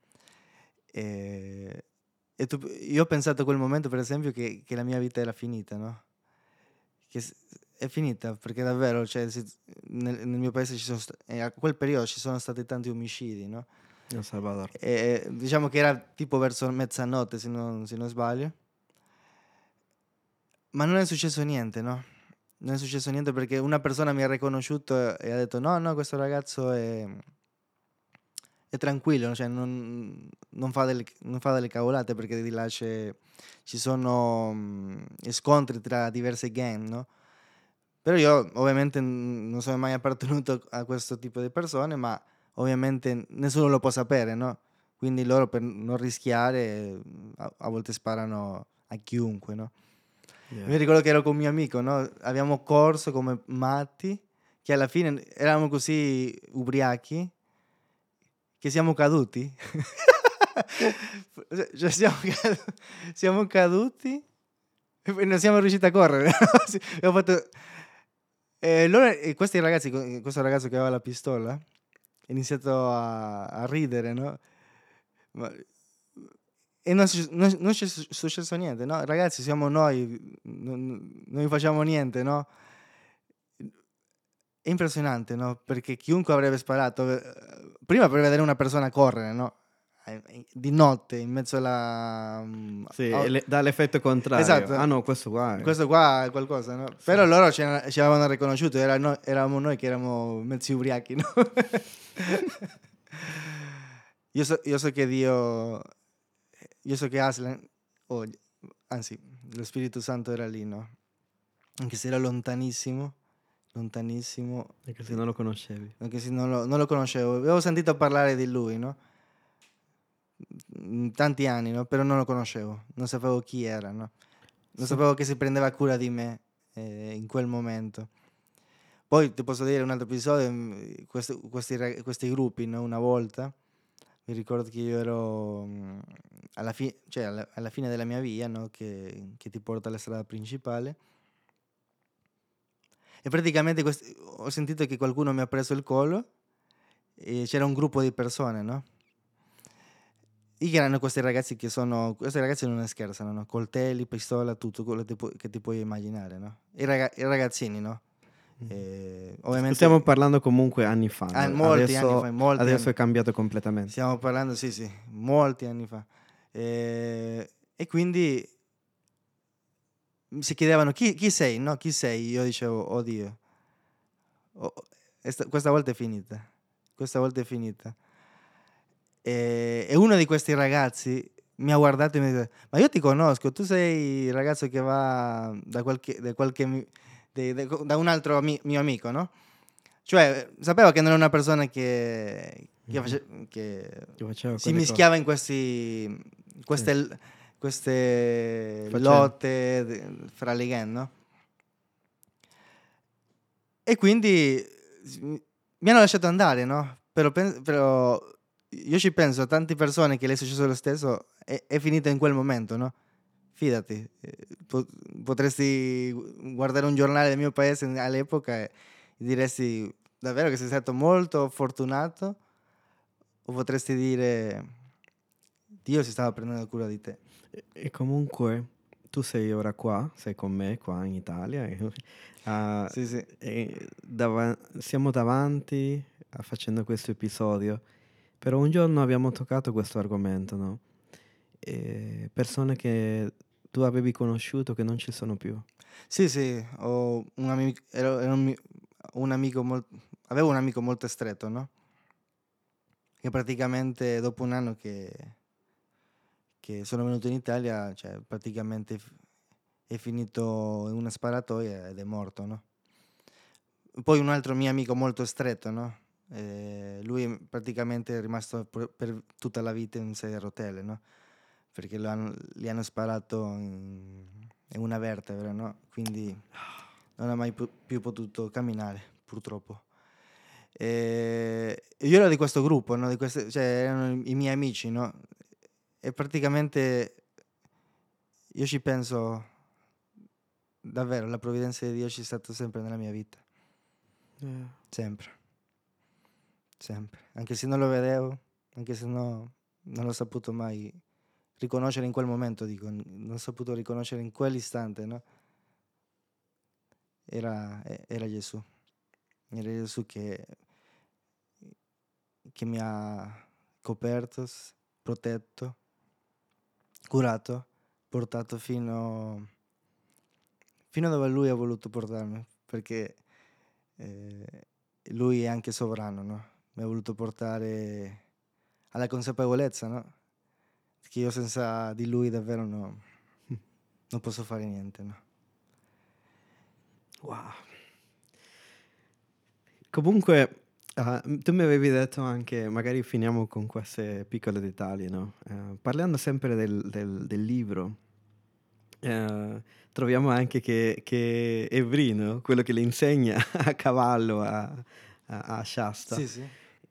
E, io ho pensato a quel momento, per esempio, che la mia vita era finita, no? Che è finita, perché davvero, cioè, nel mio paese a quel periodo ci sono stati tanti omicidi, no? El Salvador. E diciamo che era tipo verso mezzanotte, se non sbaglio. Ma non è successo niente, no? Non è successo niente perché una persona mi ha riconosciuto e ha detto no, questo ragazzo è tranquillo, cioè non fa delle cavolate, perché di là ci sono scontri tra diverse gang, no? Però io ovviamente non sono mai appartenuto a questo tipo di persone, ma ovviamente nessuno lo può sapere, no? Quindi loro, per non rischiare, a volte sparano a chiunque, no? Yeah. Mi ricordo che ero con un mio amico, no? Abbiamo corso come matti, che alla fine eravamo così ubriachi che siamo caduti. Cioè, siamo caduti e poi non siamo riusciti a correre. Abbiamo fatto... questo ragazzo che aveva la pistola ha iniziato a ridere, no? E non c'è successo niente, no? Ragazzi, siamo noi, non facciamo niente, no? È impressionante, no? Perché chiunque avrebbe sparato, prima per vedere una persona correre, no? Di notte, in mezzo alla... Sì, dà l'effetto contrario. Esatto. Ah no, questo qua È qualcosa, no? Sì. Però loro ci avevano riconosciuto, eravamo noi che eravamo mezzi ubriachi, no? Io so che Dio... Io so che Aslan... anzi, lo Spirito Santo era lì, no? Anche se era lontanissimo. Anche se non lo conoscevi. Anche se non lo conoscevo. Avevo sentito parlare di lui, no? Tanti anni, no? Però non lo conoscevo. Non sapevo chi era, no? Non sapevo che si prendeva cura di me in quel momento. Poi ti posso dire un altro episodio, questi gruppi, no? Una volta mi ricordo che io ero alla fine della mia via, no? Che ti porta alla strada principale. E praticamente ho sentito che qualcuno mi ha preso il collo e c'era un gruppo di persone, no? E erano questi ragazzi questi ragazzi non scherzano, no? Coltelli, pistola, tutto quello che ti puoi immaginare, no? I ragazzini, no? Ovviamente stiamo parlando comunque anni fa. Molti anni fa. Adesso è cambiato completamente. Stiamo parlando, sì, molti anni fa. E quindi si chiedevano chi sei, no? Chi sei? Io dicevo, oh Dio, questa volta è finita. E uno di questi ragazzi mi ha guardato e mi ha detto, ma io ti conosco, tu sei il ragazzo che va da un altro mio amico, no? Cioè, sapevo che non era una persona che si mischiava in queste lotte fra le gang, no? E quindi mi hanno lasciato andare, no? Però io ci penso a tante persone che le è successo lo stesso, è finita in quel momento, no? Fidati, potresti guardare un giornale del mio paese all'epoca e diresti davvero che sei stato molto fortunato, o potresti dire Dio si stava prendendo cura di te. E comunque tu sei ora qua, sei con me qua in Italia. Ah, Sì, sì. siamo davanti facendo questo episodio, però un giorno abbiamo toccato questo argomento, no? Persone che tu avevi conosciuto che non ci sono più. Sì, sì, ho un amico, un amico avevo un amico molto stretto, no? Che praticamente dopo un anno che sono venuto in Italia, cioè praticamente è finito in una sparatoria ed è morto, no? Poi un altro mio amico molto stretto, no? Lui praticamente è rimasto per tutta la vita in sedia a rotelle, no? Perché gli hanno sparato in una vertebra, no? Quindi non ha mai più potuto camminare, purtroppo. Io ero di questo gruppo, no? Cioè, erano i miei amici, no? E praticamente io ci penso davvero, la provvidenza di Dio c'è stata sempre nella mia vita, sempre, sempre. Anche se non lo vedevo, anche se non l'ho saputo mai riconoscere in quel momento, dico, non ho saputo riconoscere in quell'istante, no? Era Gesù. Era Gesù che mi ha coperto, protetto, curato, portato fino dove lui ha voluto portarmi, perché lui è anche sovrano, no? Mi ha voluto portare alla consapevolezza, no? Che io senza di lui davvero non posso fare niente, no? Wow. Comunque, tu mi avevi detto anche, magari finiamo con questi piccoli dettagli, no? Parlando sempre del libro, troviamo anche che Evrino, quello che le insegna a cavallo a Shasta, Sì, sì.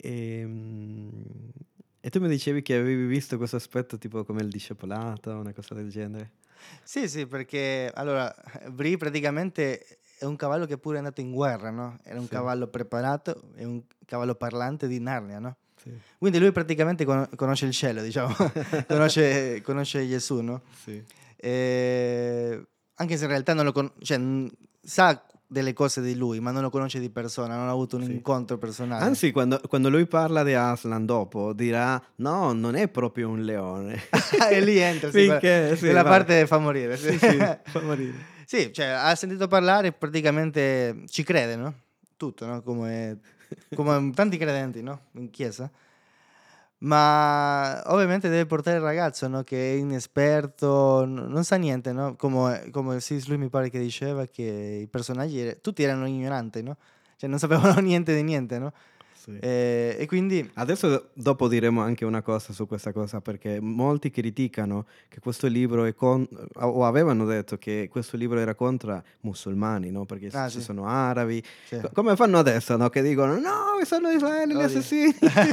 e tu mi dicevi che avevi visto questo aspetto tipo come il discepolato, una cosa del genere. Sì, sì, perché allora Brie praticamente è un cavallo che pure è andato in guerra, no? Era un Sì, cavallo preparato, è un cavallo parlante di Narnia, no? sì, Quindi lui praticamente conosce il cielo, diciamo, conosce Gesù, no? sì. Anche se in realtà non lo cioè, sa delle cose di lui, ma non lo conosce di persona, non ha avuto un Sì. incontro personale. Anzi, quando lui parla di Aslan dopo, dirà: no, non è proprio un leone. E lì entra, sì, Finché, sì, quella vai. parte fa morire. Sì. Sì, sì, fa morire. Sì, cioè ha sentito parlare, praticamente ci crede, no? Tutto, no? Come tanti credenti, no? In chiesa. Ma ovviamente deve portare il ragazzo, no? Che è inesperto, non sa niente, no? Come sì, lui mi pare che diceva che i personaggi tutti erano ignoranti, no? Cioè non sapevano niente di niente, no? Sì. E quindi Adesso dopo diremo anche una cosa su questa cosa, perché molti criticano che questo libro è o avevano detto che questo libro era contro musulmani, no? Perché ci sì, sono arabi. sì. Come fanno adesso, no? Che dicono: no, sono Israele gli Oddio. assassini.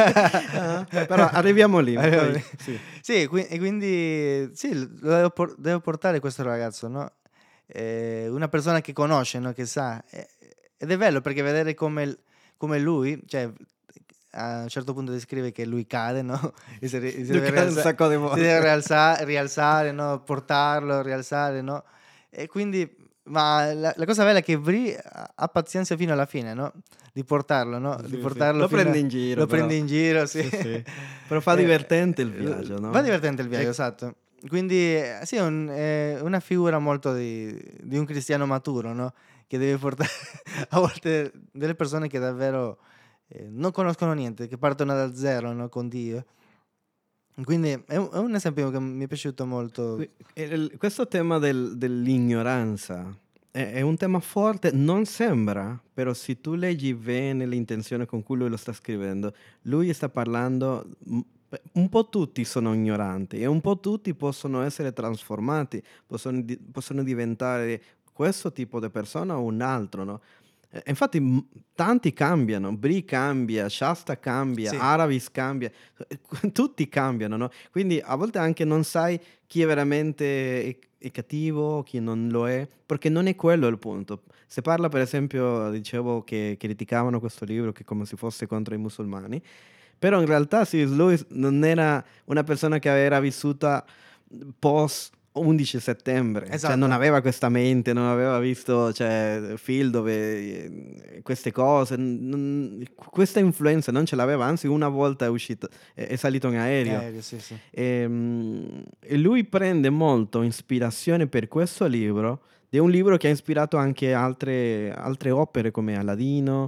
Però arriviamo lì. Arriviamo Poi, lì. sì. Sì, e quindi sì, lo devo portare questo ragazzo, no? Una persona che conosce, no? Che sa. Ed è bello perché vedere come lui, cioè a un certo punto descrive che lui cade, no? E si Lui deve cade un sacco di si volte. deve rialzare, no? Portarlo, rialzare, no? E quindi, ma la cosa bella è che Brie ha pazienza fino alla fine, no? Di portarlo, no? Sì, Di sì. portarlo Lo fino prende in giro, lo però. prende in giro, sì. Sì, sì. Però fa divertente il viaggio, no? Va divertente il viaggio, E- esatto. Quindi sì, è una figura molto di un cristiano maturo, no? Che deve portare a volte delle persone che davvero non conoscono niente, che partono da zero, no? Con Dio. Quindi è un esempio che mi è piaciuto molto. Questo tema dell'ignoranza è un tema forte, non sembra, però se tu leggi bene l'intenzione con cui lui lo sta scrivendo, lui sta parlando, un po' tutti sono ignoranti e un po' tutti possono essere trasformati, possono diventare questo tipo di persona o un altro, no? Infatti tanti cambiano, Brie cambia, Shasta cambia, Sì, Aravis cambia, tutti cambiano, no? Quindi a volte anche non sai chi è veramente è cattivo, chi non lo è, perché non è quello il punto. Se parla, per esempio, dicevo che criticavano questo libro che come se fosse contro i musulmani, però in realtà C.S. Lewis non era una persona che era vissuta post 11 settembre, cioè Esatto. non aveva questa mente, non aveva visto, cioè, film dove queste cose, questa influenza non ce l'aveva, anzi una volta è uscito, è salito in aereo. Sì, sì. E lui prende molto ispirazione per questo libro, è un libro che ha ispirato anche altre opere come Aladino,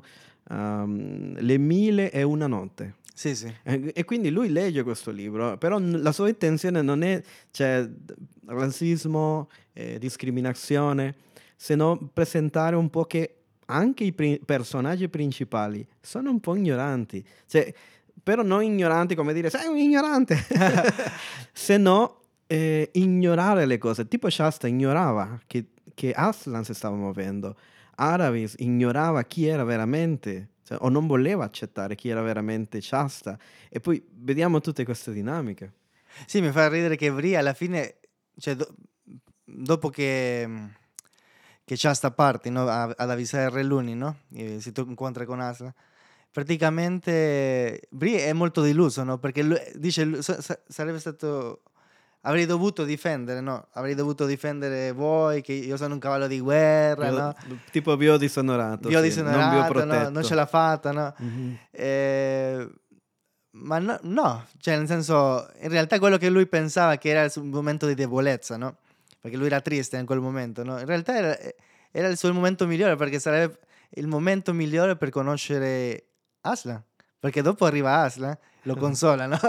Le mille e una notte. Sì, sì. E quindi lui legge questo libro, però la sua intenzione non è, cioè, razzismo, discriminazione, se no presentare un po' che anche i personaggi principali sono un po' ignoranti, cioè, però non ignoranti come dire sei un ignorante, se no ignorare le cose, tipo Shasta ignorava che Aslan si stava muovendo, Aravis ignorava chi era veramente, cioè, o non voleva accettare chi era veramente Shasta. E poi vediamo tutte queste dinamiche. Sì, mi fa ridere che Bri alla fine, cioè, dopo che Shasta parte, no, ad avvisare il Re Luni, no? E si incontra con Aslan. Praticamente Bri è molto deluso, no? Perché dice sarebbe stato... Avrei dovuto difendere, no? Avrei dovuto difendere voi, che io sono un cavallo di guerra, no? Tipo vi ho disonorato, Vi ho sì, disonorato, non vi ho no? protetto. Non ce l'ha fatta, no? Mhm. Ma no, cioè nel senso, in realtà quello che lui pensava che era il suo momento di debolezza, no? Perché lui era triste in quel momento, no? In realtà era il suo momento migliore, perché sarebbe il momento migliore per conoscere Aslan. Perché dopo arriva Aslan, lo consola, no?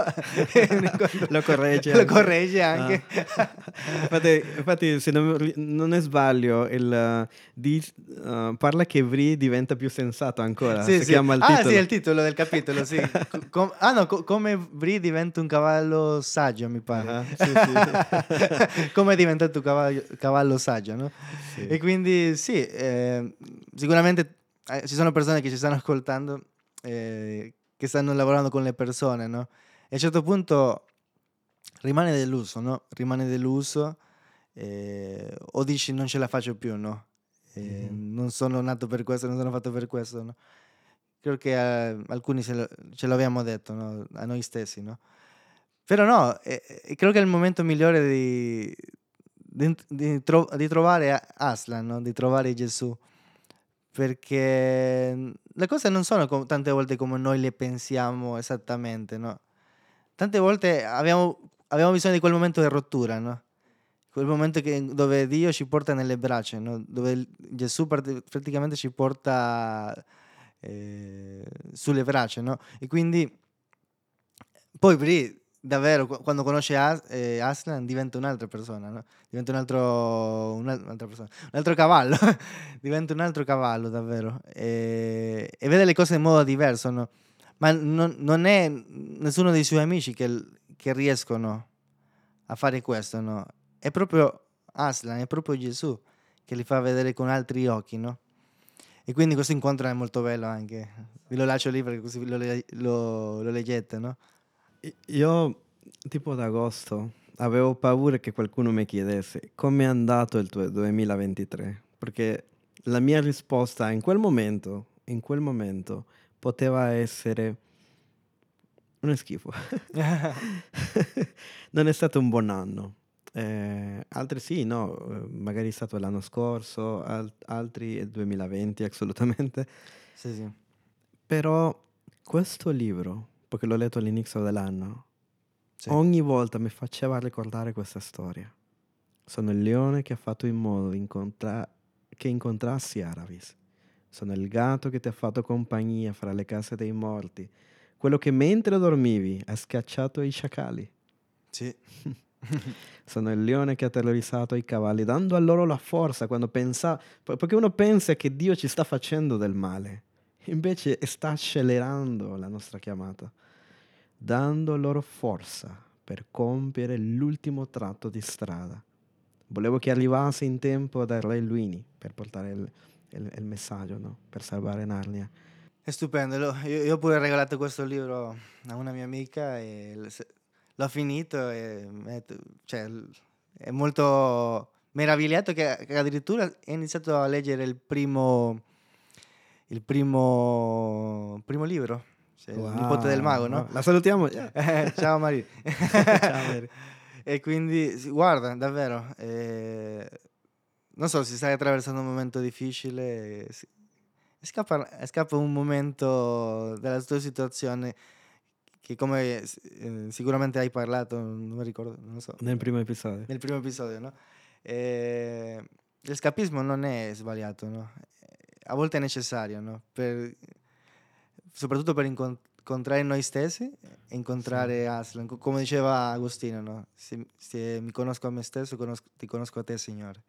Lo corregge Lo anche. corregge anche. Infatti, se non ne sbaglio, parla che Bri diventa più sensato ancora. Sì, Si sì. chiama il Ah, titolo. sì, è il titolo del capitolo, sì. No, come Bri diventa un cavallo saggio, mi pare. Sì, sì. Come è diventato cavallo saggio, no? Sì. E quindi sì, sicuramente ci sono persone che ci stanno ascoltando, che stanno lavorando con le persone, no? E a un certo punto rimane deluso, no? Rimane deluso, o dici non ce la faccio più, no? Non sono nato per questo, non sono fatto per questo, no? Credo che alcuni ce l'abbiamo detto, no? A noi stessi, no? Però no, credo che è il momento migliore di trovare Aslan, no? Di trovare Gesù, perché le cose non sono tante volte come noi le pensiamo esattamente, no? Tante volte abbiamo bisogno di quel momento di rottura, no? Quel momento dove Dio ci porta nelle braccia, no? Dove Gesù praticamente ci porta sulle braccia, no? E quindi poi Bri davvero quando conosce Aslan diventa un'altra persona, no? Diventa un'altra persona, un altro cavallo, diventa un altro cavallo davvero, e vede le cose in modo diverso, no? Ma non è nessuno dei suoi amici che riescono a fare questo, no? È proprio Aslan, è proprio Gesù che li fa vedere con altri occhi, no? E quindi questo incontro è molto bello anche. Vi lo lascio lì perché così lo leggete, no? Io, tipo ad agosto, avevo paura che qualcuno mi chiedesse come è andato il tuo 2023, perché la mia risposta in quel momento, poteva essere uno schifo. Non è stato un buon anno. Altri sì, no, magari è stato l'anno scorso, altri il 2020 assolutamente. Sì, sì. Però questo libro, perché l'ho letto all'inizio dell'anno, Sì. ogni volta mi faceva ricordare questa storia. Sono il leone che ha fatto in modo che incontrassi Aravis. Sono il gatto che ti ha fatto compagnia fra le case dei morti. Quello che mentre dormivi ha scacciato i sciacalli. Sì. Sono il leone che ha terrorizzato i cavalli, dando a loro la forza quando pensa, perché uno pensa che Dio ci sta facendo del male, invece sta accelerando la nostra chiamata, dando loro forza per compiere l'ultimo tratto di strada. Volevo che arrivasse in tempo dal Re Luini per portare il messaggio, no? Per salvare Narnia. È stupendo. Io ho pure regalato questo libro a una mia amica e l'ho finito e cioè, è molto meravigliato che addirittura è iniziato a leggere il primo libro, cioè, Il nipote del mago, no? La salutiamo. Ciao Maria. Ciao, Mary. E quindi, sì, guarda, davvero, non so, se stai attraversando un momento difficile, scappa un momento dalla tua situazione che come sicuramente hai parlato, non mi ricordo, non lo so, Nel primo episodio. nel primo episodio, no? L'escapismo non è sbagliato, no? A volte è necessario, no? Soprattutto per incontrare noi stessi e incontrare Aslan. Come diceva Agostino, no? Se mi conosco a me stesso, ti conosco a te, Signore.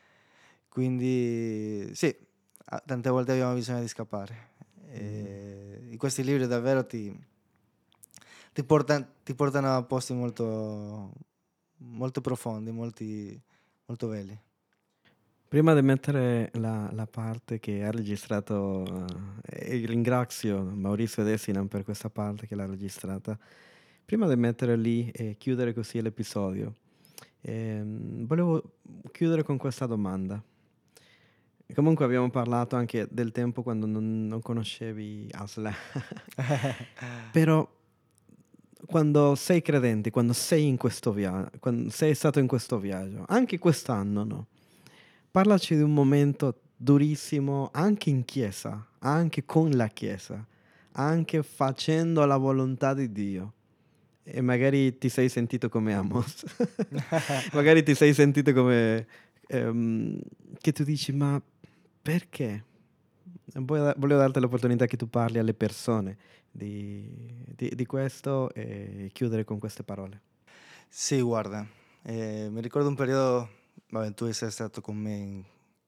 Quindi sì, tante volte abbiamo bisogno di scappare. In questi libri davvero ti portano a posti molto, molto profondi, molto belli. Prima di mettere la parte che ha registrato, e ringrazio Maurizio Desinan per questa parte che l'ha registrata, prima di mettere lì e chiudere così l'episodio, volevo chiudere con questa domanda. Comunque abbiamo parlato anche del tempo quando non conoscevi Aslan, però quando sei credente, quando sei in questo viaggio, quando sei stato in questo viaggio, anche quest'anno, no? Parlaci di un momento durissimo anche in chiesa, anche con la chiesa, anche facendo la volontà di Dio. E magari ti sei sentito come Amos, magari ti sei sentito come che tu dici, ma perché? Volevo darti l'opportunità che tu parli alle persone di questo e chiudere con queste parole. Sì, guarda, mi ricordo un periodo, vabbè, tu sei stato con me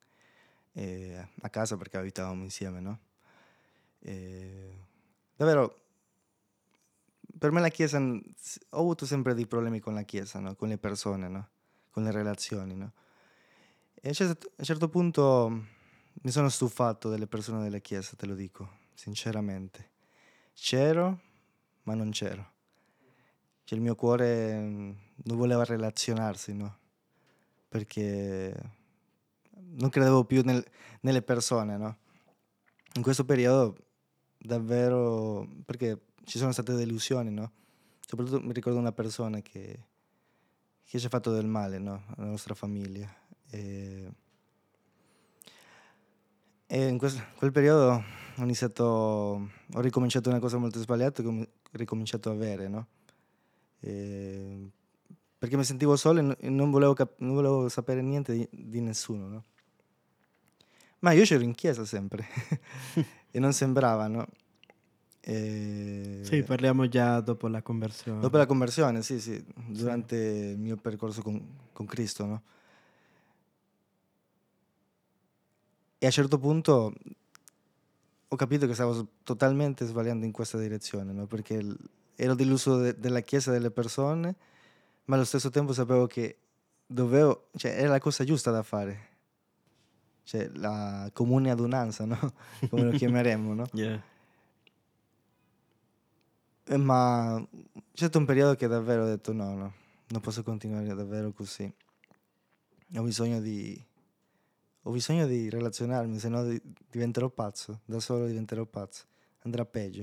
a casa perché abitavamo insieme, no? Davvero, per me la Chiesa, ho avuto sempre dei problemi con la Chiesa, no? Con le persone, no? Con le relazioni, no? E a un certo punto mi sono stufato delle persone della Chiesa, te lo dico, sinceramente. C'ero, ma non c'ero. Cioè il mio cuore non voleva relazionarsi, no? Perché non credevo più nelle persone, no? In questo periodo davvero, perché ci sono state delusioni, no? Soprattutto mi ricordo una persona che ci ha fatto del male, no? Alla nostra famiglia. E in quel periodo ho ricominciato una cosa molto sbagliata che ho ricominciato a avere, no? Perché mi sentivo solo e non volevo sapere niente di nessuno, no? Ma io c'ero in chiesa sempre e non sembrava, no? Sì, parliamo già dopo la Dopo conversione. la conversione, sì, sì, durante il mio percorso con Cristo, no? E a un certo punto ho capito che stavo totalmente sbagliando in questa direzione, no? Perché ero deluso della chiesa e delle persone, ma allo stesso tempo sapevo che cioè era la cosa giusta da fare, cioè la comune adunanza, no? Come lo chiameremmo, no? Yeah. Ma c'è stato un periodo che davvero ho detto no, non posso continuare davvero così. Ho bisogno di relazionarmi, se no diventerò pazzo, da solo diventerò pazzo, andrà peggio.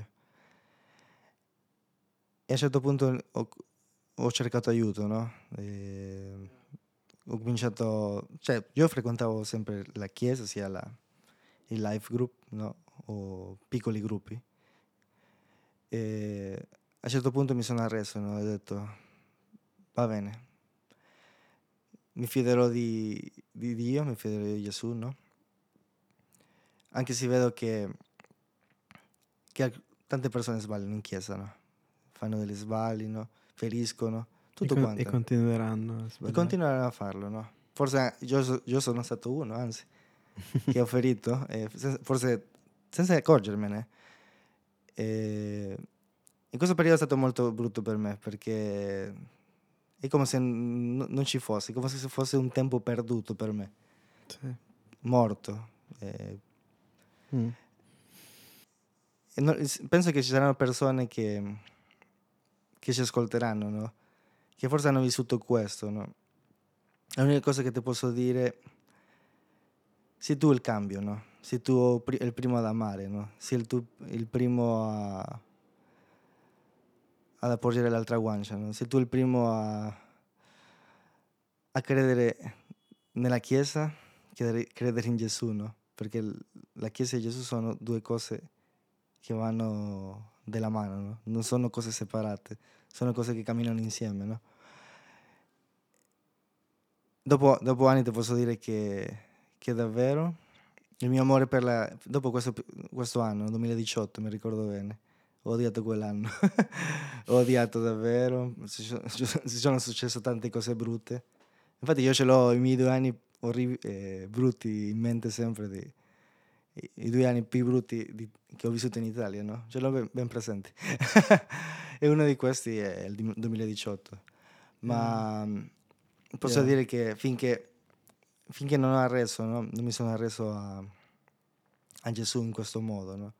E a un certo punto ho cercato aiuto, no? Ho cominciato, cioè io frequentavo sempre la chiesa, sia il life group, no? O piccoli gruppi. E a un certo punto mi sono arreso, no? Ho detto, va bene, mi fiderò di Dio, mi fiderò di Gesù, no? Anche se vedo che tante persone sbagliano in chiesa, no? Fanno degli sbagli, no? Feriscono, tutto E quanto. continueranno a E sbagliare. continueranno a farlo, no? Forse io sono stato uno, anzi, che ho ferito, forse senza accorgermene. E in questo periodo è stato molto brutto per me, perché è come se non ci fosse, come se fosse un tempo perduto per me, Sì. morto. Mm. Penso che ci saranno persone che ci ascolteranno, no? Che forse hanno vissuto questo, no? L'unica cosa che ti posso dire, sei tu il cambio, no? Sei tu il primo ad amare, no? Sei il primo ad appoggiare l'altra guancia, no? Sei tu il primo a credere nella Chiesa, credere in Gesù, no? Perché la Chiesa e Gesù sono due cose che vanno della mano, no? Non sono cose separate, sono cose che camminano insieme, no? Dopo anni ti posso dire che davvero il mio amore dopo questo anno, 2018, mi ricordo bene, ho odiato quell'anno, ho odiato davvero, si sono successe tante cose brutte. Infatti io ce l'ho i miei 2 anni brutti in mente sempre, i 2 anni più brutti che ho vissuto in Italia, no? Ce l'ho ben presente. E uno di questi è il 2018. Ma posso Yeah. dire che finché non ho arreso, no? Non mi sono arreso a Gesù in questo modo, no?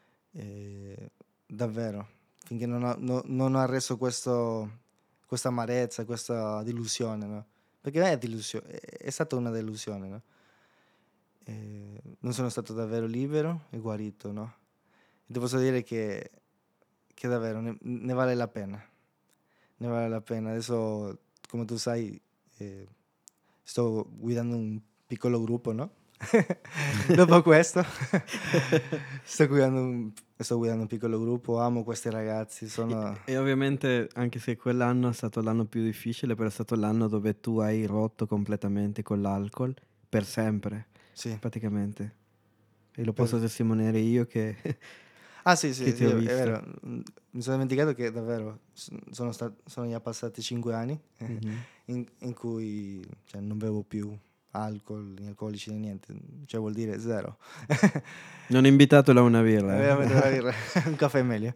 Davvero, finché non ho arreso questa amarezza, questa delusione, no? Perché è stata una delusione, no? Non sono stato davvero libero e guarito, no? E ti posso dire che davvero ne vale la pena. Ne vale la pena. Adesso, come tu sai, sto guidando un piccolo gruppo, no? Dopo questo sto guidando un piccolo gruppo, amo questi ragazzi, E ovviamente, anche se quell'anno è stato l'anno più difficile, però è stato l'anno dove tu hai rotto completamente con l'alcol, per sempre, sì. praticamente. E lo posso testimoniare io che, Ah sì, che ti ho è visto. vero. Mi sono dimenticato che davvero sono già passati 5 anni Mhm. in cui non bevo più alcol, né alcolici né niente, cioè vuol dire zero. Non invitatelo a una birra. Veramente una birra, un caffè è meglio.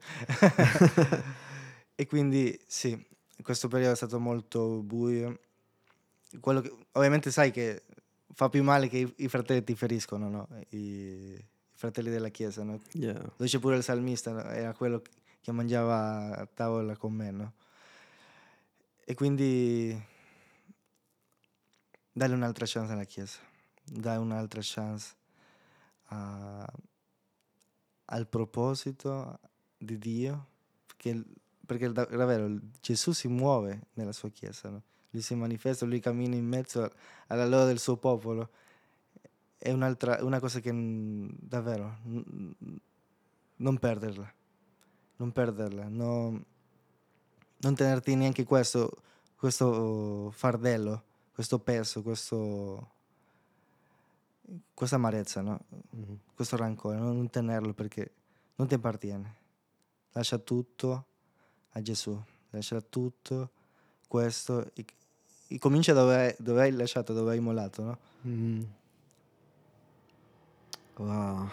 E quindi sì, questo periodo è stato molto buio. Quello che ovviamente sai che fa più male che i fratelli ti feriscono, no? I fratelli della chiesa, no? Yeah. Lo dice pure il salmista, no? Era quello che mangiava a tavola con me, no? E quindi dai un'altra chance alla chiesa, dai un'altra chance al proposito di Dio, perché davvero Gesù si muove nella sua chiesa, no? Lui si manifesta, lui cammina in mezzo alla lode del suo popolo. È una cosa che davvero non perderla, non tenerti neanche questo fardello, questo peso, questa amarezza, no? Mhm. Questo rancore, no? Non tenerlo perché non ti appartiene. Lascia tutto a Gesù, lascia tutto questo e comincia dove hai lasciato, dove hai mollato, no? Mhm. Wow.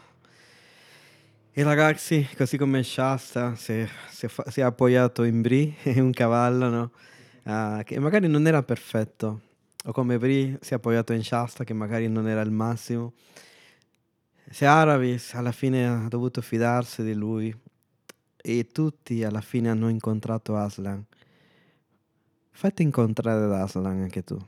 E ragazzi, così come Shasta si è appoggiato in Brie, un cavallo, no? Che magari non era perfetto, o come Brie si è appoggiato in Shasta, che magari non era il massimo. Se Aravis alla fine ha dovuto fidarsi di lui, e tutti alla fine hanno incontrato Aslan. Fatti incontrare da Aslan anche tu.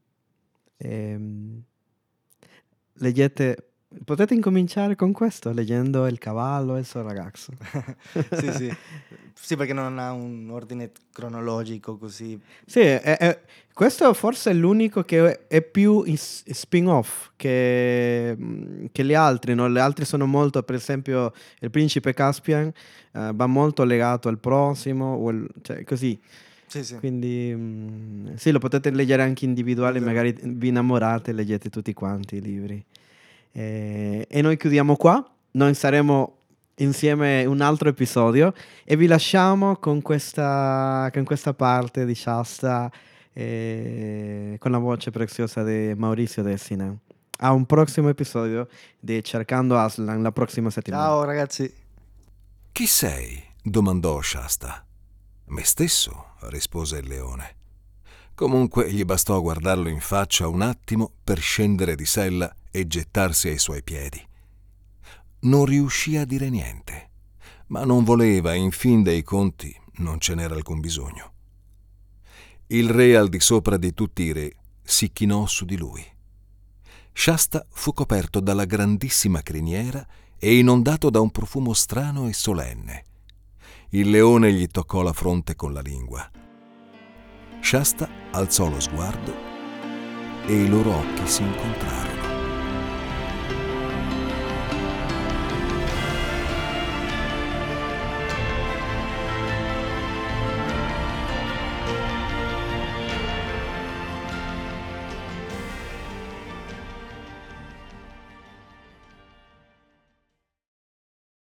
Leggete, potete incominciare con questo, leggendo Il cavallo e il suo ragazzo. Sì. Sì, perché non ha un ordine cronologico così. Sì, questo forse è l'unico che è più spin-off che gli altri, no? Gli altri sono molto, per esempio, Il principe Caspian va molto legato al prossimo, cioè così. Sì. Quindi sì, lo potete leggere anche individuale, magari vi innamorate e leggete tutti quanti i libri. E noi chiudiamo qua, noi saremo insieme un altro episodio e vi lasciamo con questa parte di Shasta con la voce preziosa di Maurizio Dessina. A un prossimo episodio di Cercando Aslan la prossima settimana. Ciao ragazzi. Chi sei? Domandò Shasta. Me stesso, rispose il leone. Comunque gli bastò guardarlo in faccia un attimo per scendere di sella e gettarsi ai suoi piedi. Non riuscì a dire niente, ma non voleva, in fin dei conti non ce n'era alcun bisogno. Il re al di sopra di tutti i re si chinò su di lui. Shasta fu coperto dalla grandissima criniera e inondato da un profumo strano e solenne. Il leone gli toccò la fronte con la lingua. Shasta alzò lo sguardo e i loro occhi si incontrarono.